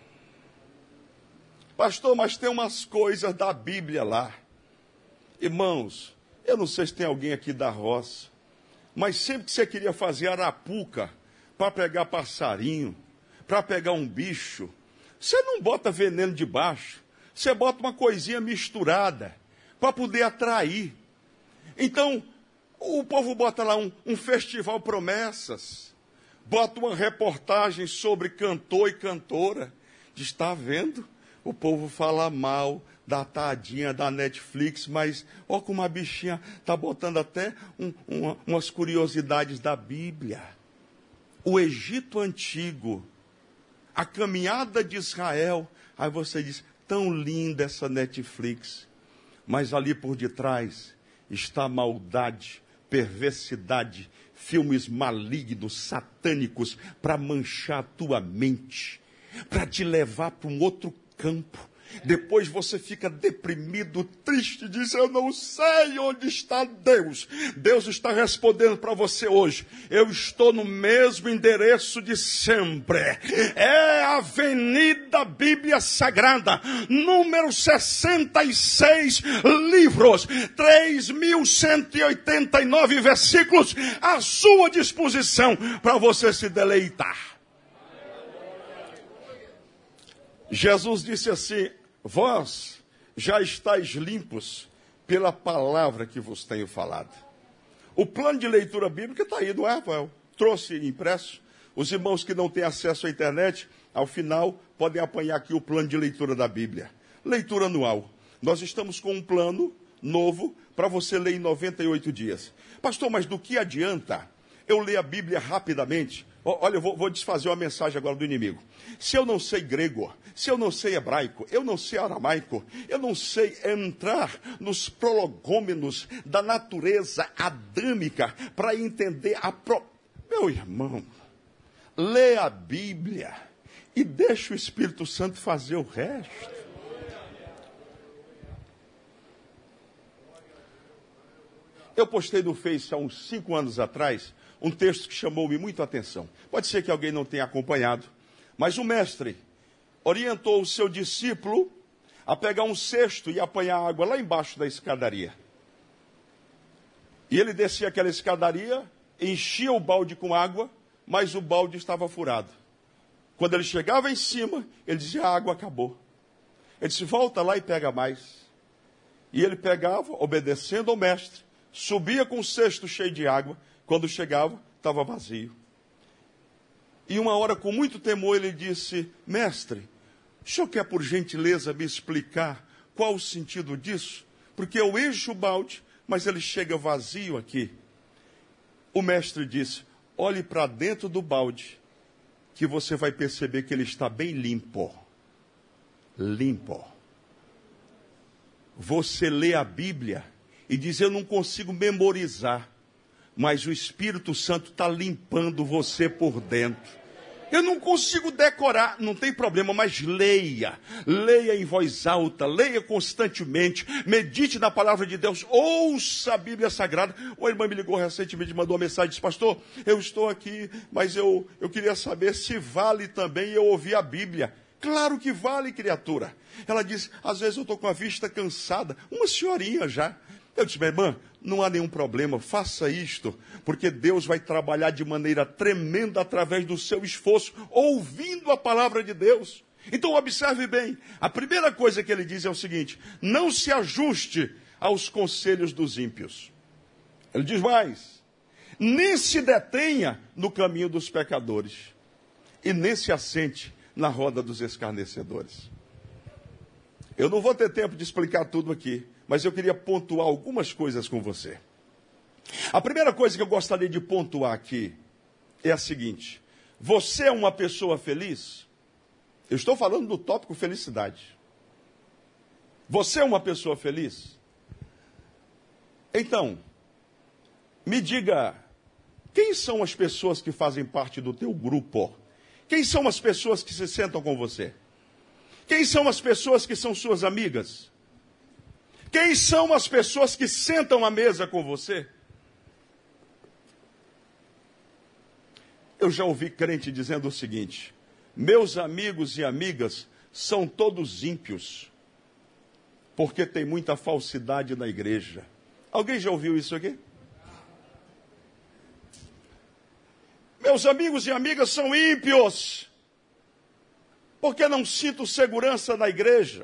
Pastor, mas tem umas coisas da Bíblia lá. Irmãos, eu não sei se tem alguém aqui da roça, mas sempre que você queria fazer arapuca para pegar passarinho, para pegar um bicho, você não bota veneno debaixo, você bota uma coisinha misturada para poder atrair. Então, o povo bota lá um festival promessas, bota uma reportagem sobre cantor e cantora, está vendo? O povo fala mal da tadinha da Netflix, mas olha como a bichinha está botando até umas curiosidades da Bíblia. O Egito Antigo, a caminhada de Israel. Aí você diz, tão linda essa Netflix. Mas ali por detrás está maldade, perversidade, filmes malignos, satânicos, para manchar a tua mente, para te levar para um outro campo. Depois você fica deprimido, triste, diz, eu não sei onde está Deus. Deus está respondendo para você hoje, eu estou no mesmo endereço de sempre. É a Avenida Bíblia Sagrada, número 66 livros, 3.189 versículos à sua disposição para você se deleitar. Jesus disse assim, vós já estáis limpos pela palavra que vos tenho falado. O plano de leitura bíblica está aí, não é, Rafael? Trouxe impresso. Os irmãos que não têm acesso à internet, ao final, podem apanhar aqui o plano de leitura da Bíblia. Leitura anual. Nós estamos com um plano novo para você ler em 98 dias. Pastor, mas do que adianta eu ler a Bíblia rapidamente? Olha, eu vou desfazer uma mensagem agora do inimigo. Se eu não sei grego, se eu não sei hebraico, eu não sei aramaico, eu não sei entrar nos prolegômenos da natureza adâmica para entender Meu irmão, lê a Bíblia e deixa o Espírito Santo fazer o resto. Eu postei no Face há uns 5 anos atrás um texto que chamou-me muito a atenção. Pode ser que alguém não tenha acompanhado, mas o mestre orientou o seu discípulo a pegar um cesto e apanhar água lá embaixo da escadaria. E ele descia aquela escadaria, enchia o balde com água, mas o balde estava furado. Quando ele chegava em cima, ele dizia, a água acabou. Ele disse, volta lá e pega mais. E ele pegava, obedecendo ao mestre, subia com o cesto cheio de água. Quando chegava, estava vazio. E uma hora, com muito temor, ele disse, mestre, o senhor quer por gentileza me explicar qual o sentido disso? Porque eu encho o balde, mas ele chega vazio aqui. O mestre disse, olhe para dentro do balde, que você vai perceber que ele está bem limpo. Limpo. Você lê a Bíblia e diz, eu não consigo memorizar. Mas o Espírito Santo está limpando você por dentro. Eu não consigo decorar, não tem problema, mas leia. Leia em voz alta, leia constantemente, medite na palavra de Deus, ouça a Bíblia Sagrada. Uma irmã me ligou recentemente, mandou uma mensagem, disse, pastor, eu estou aqui, mas eu queria saber se vale também eu ouvir a Bíblia. Claro que vale, criatura. Ela disse, às vezes eu estou com a vista cansada, uma senhorinha já. Eu disse, minha irmã, não há nenhum problema, faça isto, porque Deus vai trabalhar de maneira tremenda através do seu esforço, ouvindo a palavra de Deus. Então observe bem, a primeira coisa que ele diz é o seguinte, não se ajuste aos conselhos dos ímpios. Ele diz mais, nem se detenha no caminho dos pecadores, e nem se assente na roda dos escarnecedores. Eu não vou ter tempo de explicar tudo aqui, mas eu queria pontuar algumas coisas com você. A primeira coisa que eu gostaria de pontuar aqui é a seguinte. Você é uma pessoa feliz? Eu estou falando do tópico felicidade. Você é uma pessoa feliz? Então, me diga, quem são as pessoas que fazem parte do teu grupo? Quem são as pessoas que se sentam com você? Quem são as pessoas que são suas amigas? Quem são as pessoas que sentam à mesa com você? Eu já ouvi crente dizendo o seguinte, meus amigos e amigas são todos ímpios, porque tem muita falsidade na igreja. Alguém já ouviu isso aqui? Meus amigos e amigas são ímpios, porque não sinto segurança na igreja.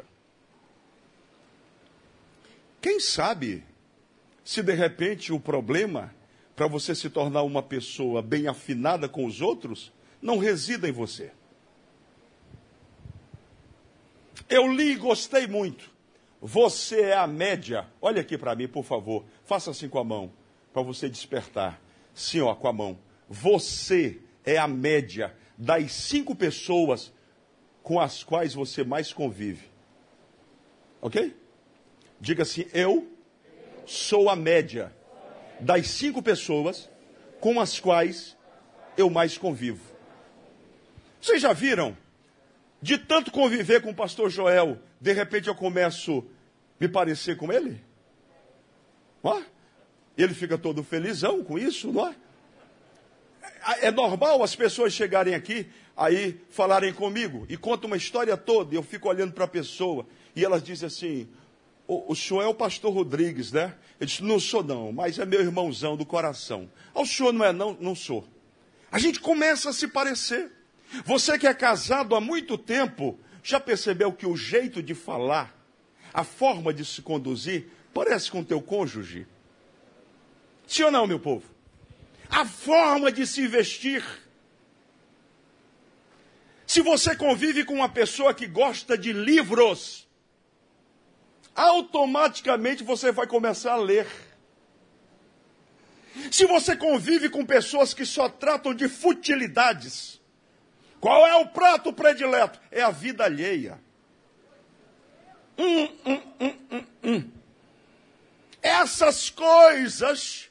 Quem sabe se de repente o problema para você se tornar uma pessoa bem afinada com os outros não resida em você. Eu li e gostei muito. Você é a média. Olha aqui para mim, por favor. Faça assim com a mão, para você despertar. Sim, ó, com a mão. Você é a média das 5 pessoas com as quais você mais convive. Ok? Diga assim, eu sou a média das 5 pessoas com as quais eu mais convivo. Vocês já viram? De tanto conviver com o pastor Joel, de repente eu começo a me parecer com ele? Não é? Ele fica todo felizão com isso, não é? É normal as pessoas chegarem aqui, aí falarem comigo, e contam uma história toda, e eu fico olhando para a pessoa, e elas dizem assim, o senhor é o pastor Rodrigues, né? Eu disse, não sou não, mas é meu irmãozão do coração. O senhor não é não? Não sou. A gente começa a se parecer. Você que é casado há muito tempo, já percebeu que o jeito de falar, a forma de se conduzir, parece com o teu cônjuge? Sim ou não, meu povo? A forma de se vestir. Se você convive com uma pessoa que gosta de livros, automaticamente você vai começar a ler. Se você convive com pessoas que só tratam de futilidades, qual é o prato predileto? É a vida alheia. Essas coisas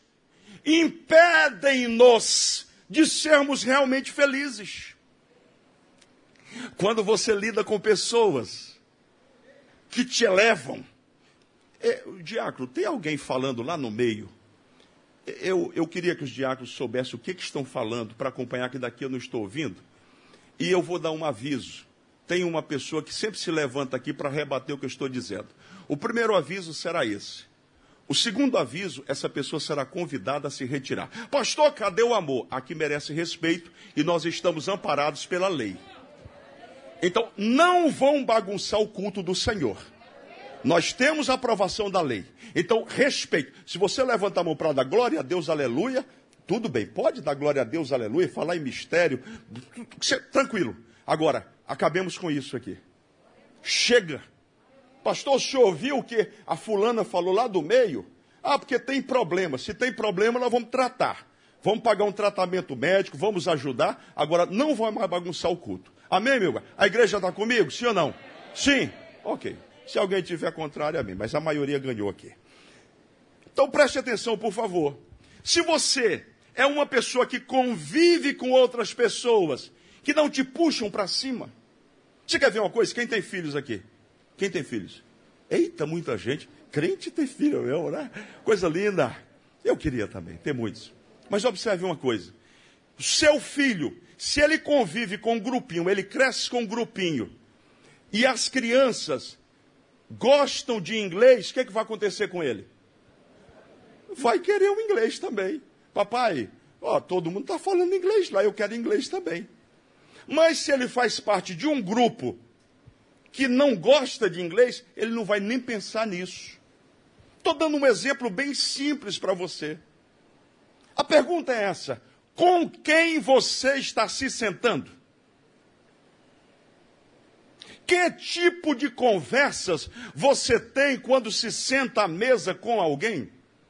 impedem-nos de sermos realmente felizes. Quando você lida com pessoas que te elevam. Diácono, tem alguém falando lá no meio? Eu queria que os diáconos soubessem o que estão falando, para acompanhar, que daqui eu não estou ouvindo. E eu vou dar um aviso. Tem uma pessoa que sempre se levanta aqui para rebater o que eu estou dizendo. O primeiro aviso será esse. O segundo aviso, essa pessoa será convidada a se retirar. Pastor, cadê o amor? Aqui merece respeito e nós estamos amparados pela lei. Então, não vão bagunçar o culto do Senhor. Nós temos a aprovação da lei. Então, respeito. Se você levanta a mão para dar glória a Deus, aleluia, tudo bem. Pode dar glória a Deus, aleluia, falar em mistério. Tranquilo. Agora, acabemos com isso aqui. Chega. Pastor, o senhor ouviu o que a fulana falou lá do meio? Ah, porque tem problema. Se tem problema, nós vamos tratar. Vamos pagar um tratamento médico, vamos ajudar. Agora, não vamos mais bagunçar o culto. Amém, meu irmão? A igreja está comigo? Sim ou não? Sim? Ok. Se alguém tiver contrário, amém. Mas a maioria ganhou aqui. Então, preste atenção, por favor. Se você é uma pessoa que convive com outras pessoas que não te puxam para cima. Você quer ver uma coisa? Quem tem filhos aqui? Quem tem filhos? Eita, muita gente. Crente tem filho mesmo, né? Coisa linda. Eu queria também, ter muitos. Mas observe uma coisa. Seu filho, se ele convive com um grupinho, ele cresce com um grupinho, e as crianças gostam de inglês, o que vai acontecer com ele? Vai querer o inglês também. Papai, todo mundo está falando inglês lá, eu quero inglês também. Mas se ele faz parte de um grupo que não gosta de inglês, ele não vai nem pensar nisso. Estou dando um exemplo bem simples para você. A pergunta é essa: com quem você está se sentando? Que tipo de conversas você tem quando se senta à mesa com alguém?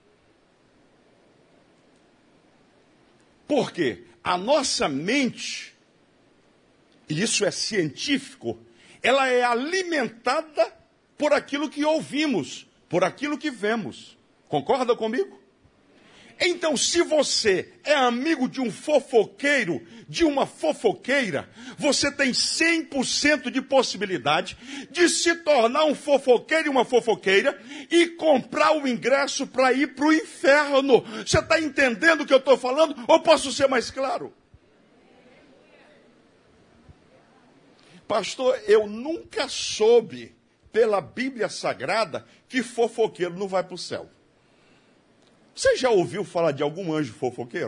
Porque a nossa mente, e isso é científico, ela é alimentada por aquilo que ouvimos, por aquilo que vemos. Concorda comigo? Então, se você é amigo de um fofoqueiro, de uma fofoqueira, você tem 100% de possibilidade de se tornar um fofoqueiro e uma fofoqueira e comprar o ingresso para ir para o inferno. Você está entendendo o que eu estou falando? Ou posso ser mais claro? Pastor, eu nunca soube, pela Bíblia Sagrada, que fofoqueiro não vai para o céu. Você já ouviu falar de algum anjo fofoqueiro?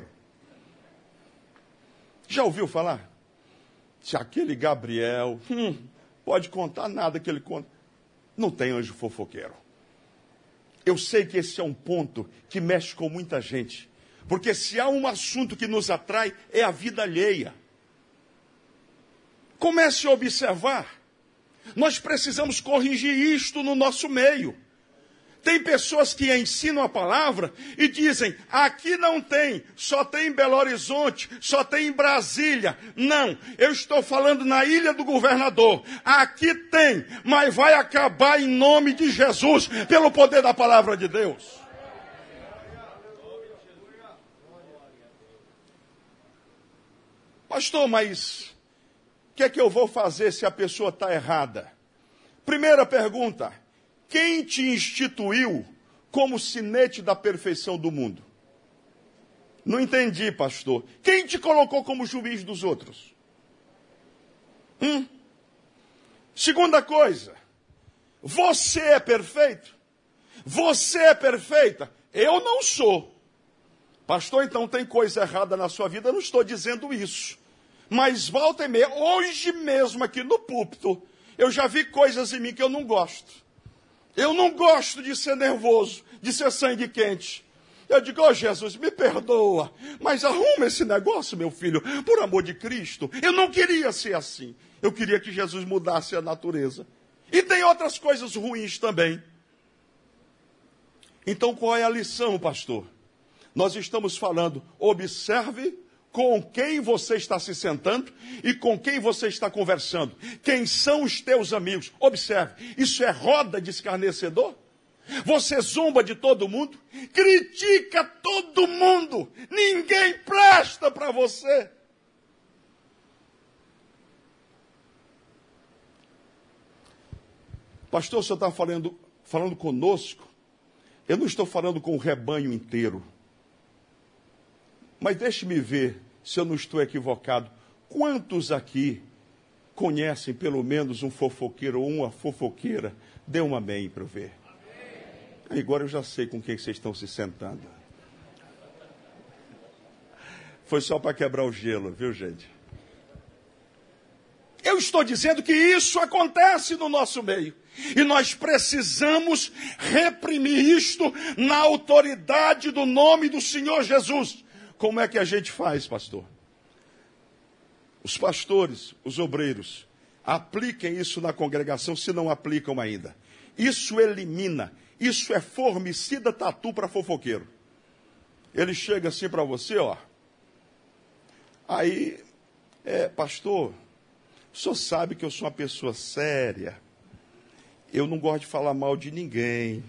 Já ouviu falar? Se aquele Gabriel, pode contar nada que ele conta. Não tem anjo fofoqueiro. Eu sei que esse é um ponto que mexe com muita gente. Porque se há um assunto que nos atrai, é a vida alheia. Comece a observar. Nós precisamos corrigir isto no nosso meio. Tem pessoas que ensinam a palavra e dizem, aqui não tem, só tem em Belo Horizonte, só tem em Brasília. Não, eu estou falando na Ilha do Governador. Aqui tem, mas vai acabar em nome de Jesus, pelo poder da palavra de Deus. Pastor, mas o que é que eu vou fazer se a pessoa está errada? Primeira pergunta, quem te instituiu como sinete da perfeição do mundo? Não entendi, pastor. Quem te colocou como juiz dos outros? Segunda coisa, você é perfeito? Você é perfeita? Eu não sou. Pastor, então tem coisa errada na sua vida? Eu não estou dizendo isso. Mas volta e meia, hoje mesmo aqui no púlpito, eu já vi coisas em mim que eu não gosto. Eu não gosto de ser nervoso, de ser sangue quente. Eu digo, oh, Jesus, me perdoa, mas arruma esse negócio, meu filho, por amor de Cristo. Eu não queria ser assim. Eu queria que Jesus mudasse a natureza. E tem outras coisas ruins também. Então, qual é a lição, pastor? Nós estamos falando, observe com quem você está se sentando e com quem você está conversando. Quem são os teus amigos? Observe, isso é roda de escarnecedor? Você zomba de todo mundo? Critica todo mundo? Ninguém presta para você. Pastor, o senhor está falando conosco? Eu não estou falando com o rebanho inteiro. Mas deixe-me ver se eu não estou equivocado. Quantos aqui conhecem pelo menos um fofoqueiro ou uma fofoqueira? Dê um amém para eu ver. Agora eu já sei com quem vocês estão se sentando. Foi só para quebrar o gelo, viu, gente? Eu estou dizendo que isso acontece no nosso meio. E nós precisamos reprimir isto na autoridade do nome do Senhor Jesus. Como é que a gente faz, pastor? Os pastores, os obreiros, apliquem isso na congregação, se não aplicam ainda. Isso elimina, isso é formicida tatu para fofoqueiro. Ele chega assim para você, ó. Aí, pastor, o senhor sabe que eu sou uma pessoa séria. Eu não gosto de falar mal de ninguém.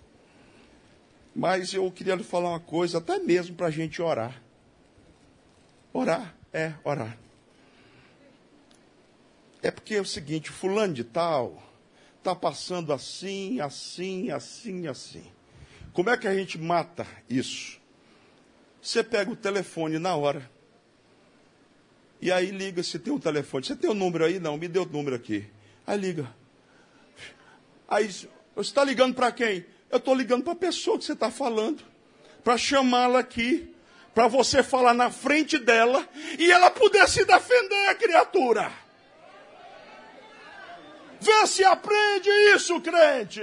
Mas eu queria lhe falar uma coisa, até mesmo para a gente orar. Orar. É porque é o seguinte, fulano de tal está passando assim. Como é que a gente mata isso? Você pega o telefone na hora. E aí liga se tem um telefone. Você tem o número aí? Não, me dê o número aqui. Aí liga. Aí, você está ligando para quem? Eu estou ligando para a pessoa que você está falando. Para chamá-la aqui. Para você falar na frente dela. E ela puder se defender, criatura. Vê se aprende isso, crente.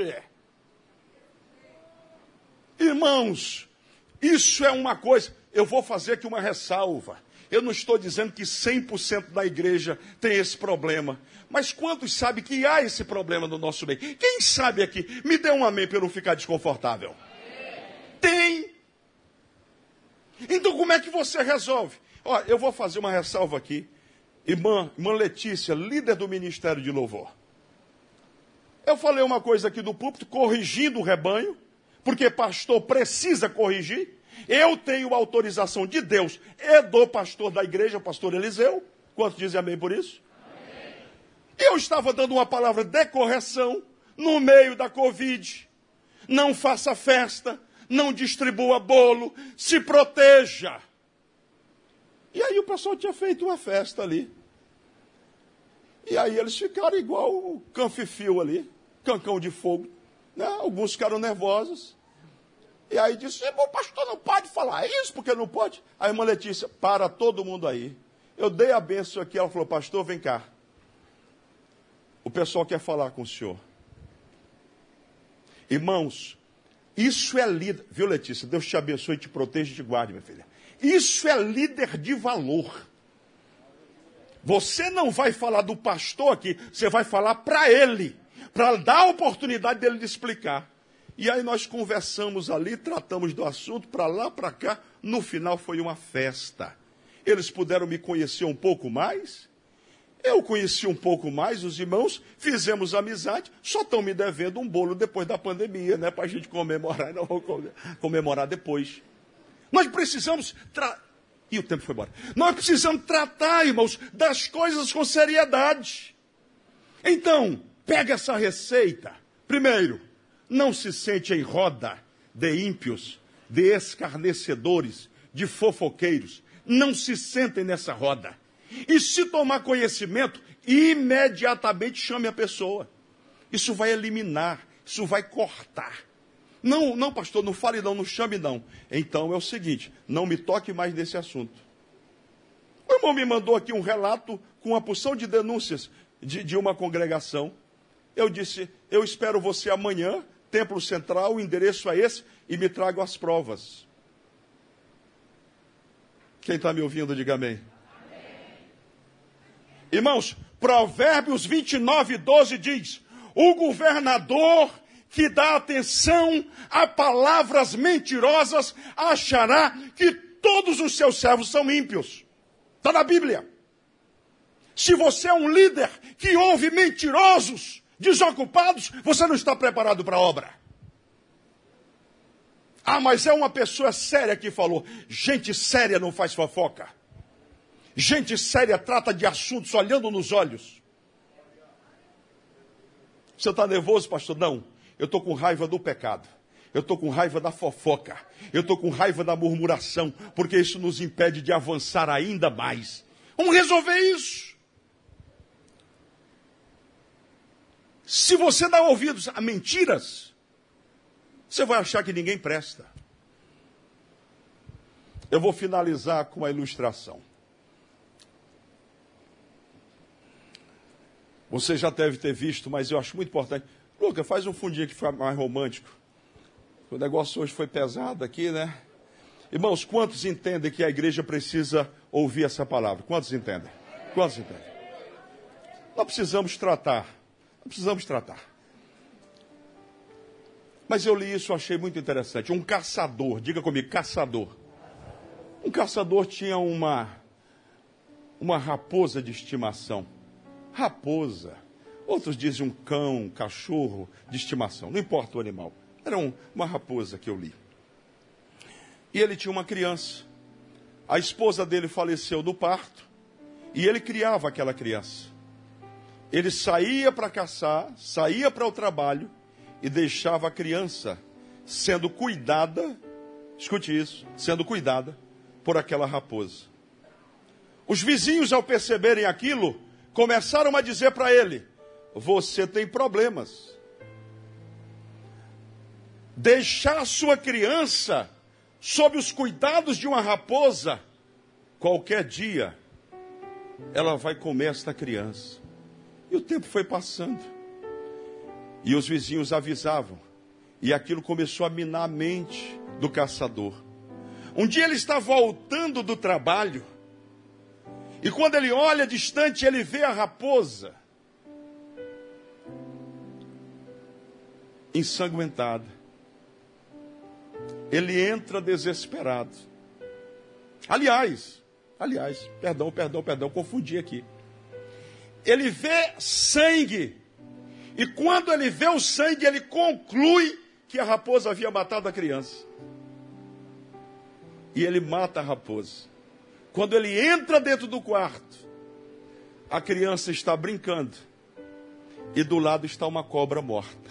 Irmãos, isso é uma coisa. Eu vou fazer aqui uma ressalva. Eu não estou dizendo que 100% da igreja tem esse problema. Mas quantos sabem que há esse problema no nosso meio? Quem sabe aqui? Me dê um amém para eu não ficar desconfortável. Tem. Então como é que você resolve? Ó, eu vou fazer uma ressalva aqui. Irmã Letícia, líder do Ministério de Louvor. Eu falei uma coisa aqui do púlpito, corrigindo o rebanho, porque pastor precisa corrigir. Eu tenho autorização de Deus e do pastor da igreja, o pastor Eliseu. Quantos dizem amém por isso? Amém. Eu estava dando uma palavra de correção no meio da Covid. Não faça festa, não distribua bolo, se proteja. E aí o pessoal tinha feito uma festa ali. E aí eles ficaram igual o canfifio ali, cancão de fogo. Né? Alguns ficaram nervosos. E aí disse, o pastor não pode falar isso, porque não pode. A irmã Letícia, para todo mundo aí. Eu dei a bênção aqui, ela falou, pastor, vem cá. O pessoal quer falar com o senhor. Irmãos, isso é líder. Viu, Letícia? Deus te abençoe, te proteja e te guarde, minha filha. Isso é líder de valor. Você não vai falar do pastor aqui, você vai falar para ele, para dar a oportunidade dele de explicar. E aí nós conversamos ali, tratamos do assunto, para lá, para cá. No final foi uma festa. Eles puderam me conhecer um pouco mais. Eu conheci um pouco mais os irmãos, fizemos amizade. Só estão me devendo um bolo depois da pandemia, né? Para a gente comemorar, e não vou comemorar depois. Nós precisamos... E o tempo foi embora. Nós precisamos tratar, irmãos, das coisas com seriedade. Então, pega essa receita. Primeiro, não se sente em roda de ímpios, de escarnecedores, de fofoqueiros. Não se sentem nessa roda. E se tomar conhecimento, imediatamente chame a pessoa. Isso vai eliminar, isso vai cortar. Não, pastor, não fale não, não chame não. Então é o seguinte, não me toque mais nesse assunto. O irmão me mandou aqui um relato com uma porção de denúncias de uma congregação. Eu disse, eu espero você amanhã, Templo Central, o endereço é esse, e me trago as provas. Quem está me ouvindo, diga amém. Irmãos, Provérbios 29:12 diz, o governador que dá atenção a palavras mentirosas achará que todos os seus servos são ímpios. Está na Bíblia. Se você é um líder que ouve mentirosos, desocupados, você não está preparado para a obra. Ah, mas é uma pessoa séria que falou. Gente séria não faz fofoca. Gente séria trata de assuntos olhando nos olhos. Você está nervoso, pastor? Não. Eu estou com raiva do pecado. Eu estou com raiva da fofoca. Eu estou com raiva da murmuração. Porque isso nos impede de avançar ainda mais. Vamos resolver isso. Se você dá ouvidos a mentiras, você vai achar que ninguém presta. Eu vou finalizar com a ilustração. Você já deve ter visto, mas eu acho muito importante. Lucas, faz um fundinho que fica mais romântico. O negócio hoje foi pesado aqui, né? Irmãos, quantos entendem que a igreja precisa ouvir essa palavra? Quantos entendem? Quantos entendem? Nós precisamos tratar. Nós precisamos tratar. Mas eu li isso, achei muito interessante. Um caçador, diga comigo, caçador. Um caçador tinha uma raposa de estimação. Raposa. Outros dizem um cão, um cachorro de estimação. Não importa o animal. Era uma raposa que eu li. E ele tinha uma criança. A esposa dele faleceu no parto. E ele criava aquela criança. Ele saía para caçar, saía para o trabalho e deixava a criança sendo cuidada, escute isso, sendo cuidada por aquela raposa. Os vizinhos, ao perceberem aquilo, começaram a dizer para ele, você tem problemas. Deixar sua criança sob os cuidados de uma raposa, qualquer dia, ela vai comer esta criança. E o tempo foi passando. E os vizinhos avisavam. E aquilo começou a minar a mente do caçador. Um dia ele está voltando do trabalho. E quando ele olha distante, ele vê a raposa ensanguentada. Ele entra desesperado. Aliás, perdão, confundi aqui. Ele vê sangue. E quando ele vê o sangue, ele conclui que a raposa havia matado a criança. E ele mata a raposa. Quando ele entra dentro do quarto, a criança está brincando. E do lado está uma cobra morta.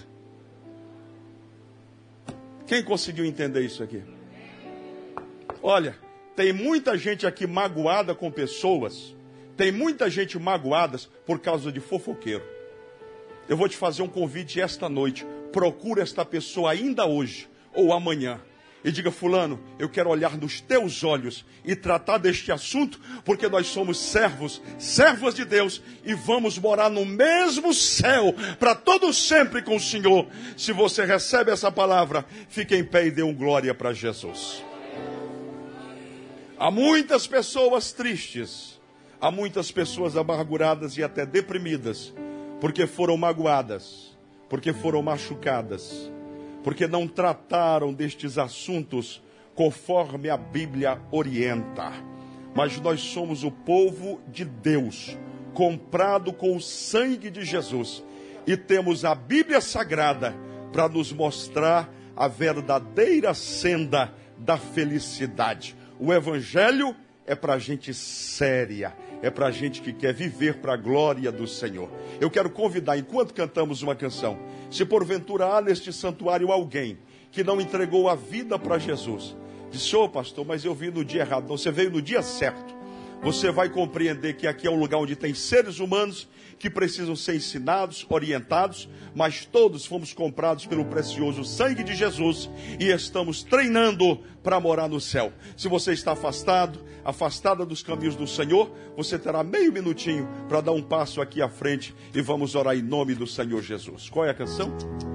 Quem conseguiu entender isso aqui? Olha, tem muita gente aqui magoada com pessoas. Tem muita gente magoada por causa de fofoqueiro. Eu vou te fazer um convite esta noite. Procure esta pessoa ainda hoje ou amanhã. E diga, fulano, eu quero olhar nos teus olhos e tratar deste assunto, porque nós somos servos de Deus, e vamos morar no mesmo céu, para todo sempre com o Senhor. Se você recebe essa palavra, fique em pé e dê um glória para Jesus. Há muitas pessoas tristes. Há muitas pessoas amarguradas e até deprimidas, porque foram magoadas, porque foram machucadas, porque não trataram destes assuntos conforme a Bíblia orienta. Mas nós somos o povo de Deus, comprado com o sangue de Jesus, e temos a Bíblia Sagrada para nos mostrar a verdadeira senda da felicidade. O Evangelho é para gente séria, é para gente que quer viver para a glória do Senhor. Eu quero convidar, enquanto cantamos uma canção, se porventura há neste santuário alguém que não entregou a vida para Jesus, disse: ô pastor, mas eu vim no dia errado. Não, você veio no dia certo. Você vai compreender que aqui é um lugar onde tem seres humanos que precisam ser ensinados, orientados, mas todos fomos comprados pelo precioso sangue de Jesus e estamos treinando para morar no céu. Se você está afastado, afastada dos caminhos do Senhor, você terá meio minutinho para dar um passo aqui à frente e vamos orar em nome do Senhor Jesus. Qual é a canção?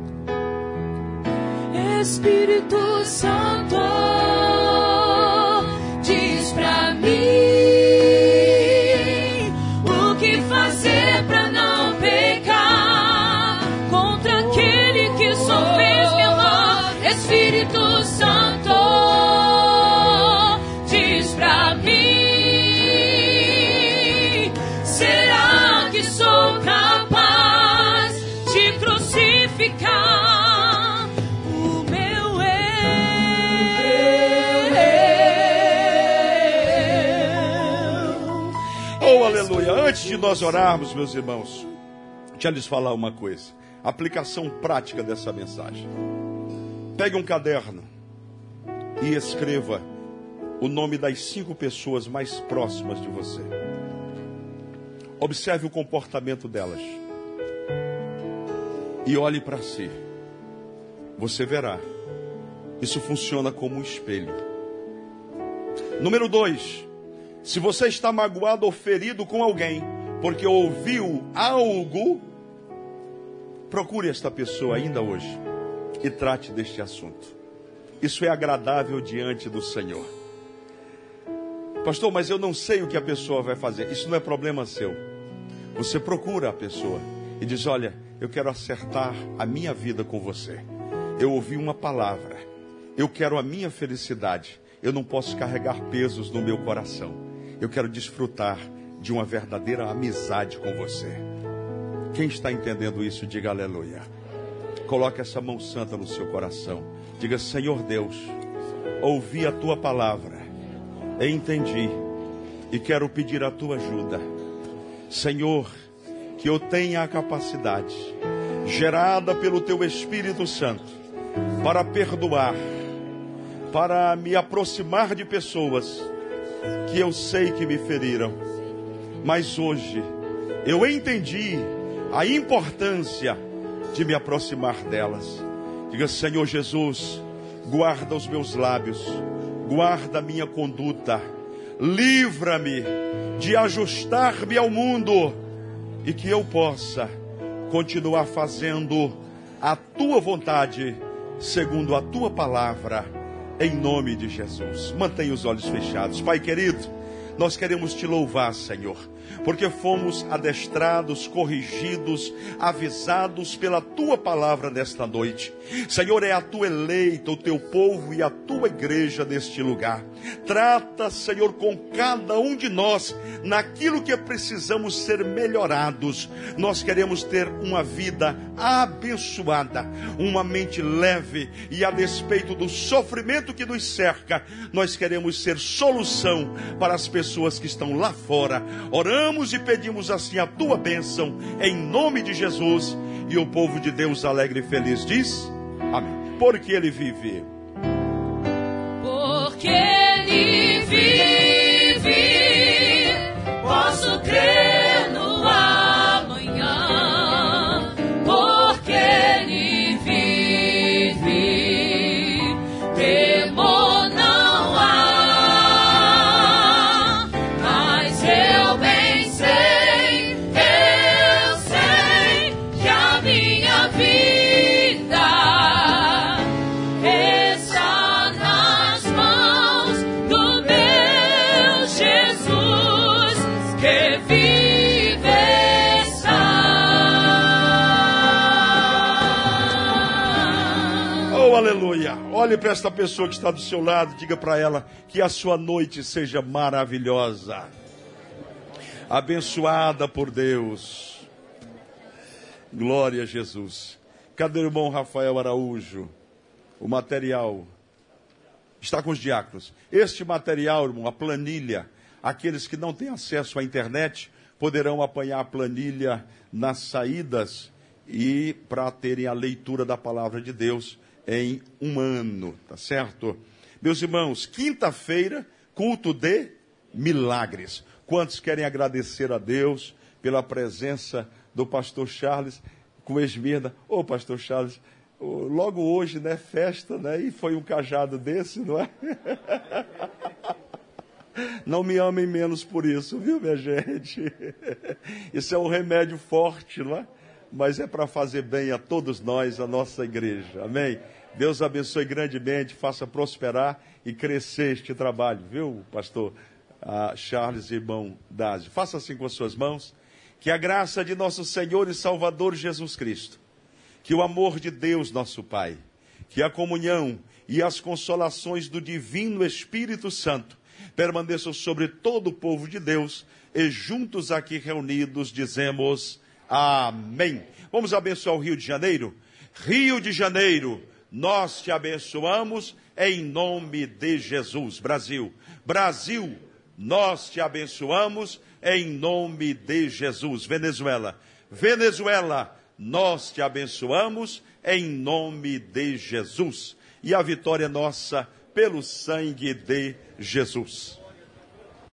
Espírito Santo, diz pra mim o que fazer pra não pecar contra aquele que só fez me amar. Espírito Santo, diz pra mim, será que sou capaz de crucificar o meu eu? Oh, aleluia! Antes de nós orarmos, meus irmãos, deixa eu lhes falar uma coisa. Aplicação prática dessa mensagem. Pegue um caderno e escreva o nome das 5 pessoas mais próximas de você. Observe o comportamento delas e olhe para si. Você verá. Isso funciona como um espelho. Número 2. Se você está magoado ou ferido com alguém porque ouviu algo, procure esta pessoa ainda hoje e trate deste assunto. Isso é agradável diante do Senhor. Pastor, mas eu não sei o que a pessoa vai fazer. Isso não é problema seu. Você procura a pessoa e diz: olha, eu quero acertar a minha vida com você. Eu ouvi uma palavra. Eu quero a minha felicidade. Eu não posso carregar pesos no meu coração. Eu quero desfrutar de uma verdadeira amizade com você. Quem está entendendo isso, diga aleluia. Coloque essa mão santa no seu coração. Diga: Senhor Deus, ouvi a tua palavra, entendi e quero pedir a tua ajuda. Senhor, que eu tenha a capacidade, gerada pelo teu Espírito Santo, para perdoar, para me aproximar de pessoas que eu sei que me feriram. Mas hoje eu entendi a importância de me aproximar delas. Diga: Senhor Jesus, guarda os meus lábios, guarda a minha conduta, livra-me de ajustar-me ao mundo e que eu possa continuar fazendo a tua vontade, segundo a tua palavra, em nome de Jesus. Mantenha os olhos fechados. Pai querido, nós queremos te louvar, Senhor, porque fomos adestrados, corrigidos, avisados pela tua palavra nesta noite. Senhor, é a tua eleita, o teu povo e a tua igreja neste lugar. Trata, Senhor, com cada um de nós naquilo que precisamos ser melhorados. Nós queremos ter uma vida abençoada, uma mente leve, e a despeito do sofrimento que nos cerca, nós queremos ser solução para as pessoas que estão lá fora. Oramos e pedimos assim a tua bênção em nome de Jesus. E o povo de Deus alegre e feliz diz amém. Porque ele vive. Porque ele vive, posso crer no amanhã. Porque ele vive, temor não há. Mas eu bem sei que a minha vida está nas mãos do meu aleluia. Olhe para esta pessoa que está do seu lado, diga para ela que a sua noite seja maravilhosa, abençoada por Deus. Glória a Jesus. Cadê o irmão Rafael Araújo? O material está com os diáconos. Este material, irmão, a planilha, aqueles que não têm acesso à internet poderão apanhar a planilha nas saídas e para terem a leitura da palavra de Deus em um ano, tá certo? Meus irmãos, quinta-feira, culto de milagres. Quantos querem agradecer a Deus pela presença do pastor Charles com Esmirna? Ô, pastor Charles, logo hoje, né, festa, né, e foi um cajado desse, não é? Não me amem menos por isso, viu, minha gente? Isso é um remédio forte, não é? Mas é para fazer bem a todos nós, a nossa igreja, amém? Deus abençoe grandemente, faça prosperar e crescer este trabalho, viu, pastor Charles e irmão Dásio? Faça assim com as suas mãos, que a graça de nosso Senhor e Salvador Jesus Cristo, que o amor de Deus nosso Pai, que a comunhão e as consolações do Divino Espírito Santo permaneçam sobre todo o povo de Deus, e juntos aqui reunidos dizemos amém. Vamos abençoar o Rio de Janeiro? Rio de Janeiro, nós te abençoamos em nome de Jesus. Brasil, Brasil, nós te abençoamos em nome de Jesus. Venezuela, Venezuela, nós te abençoamos em nome de Jesus. E a vitória é nossa pelo sangue de Jesus.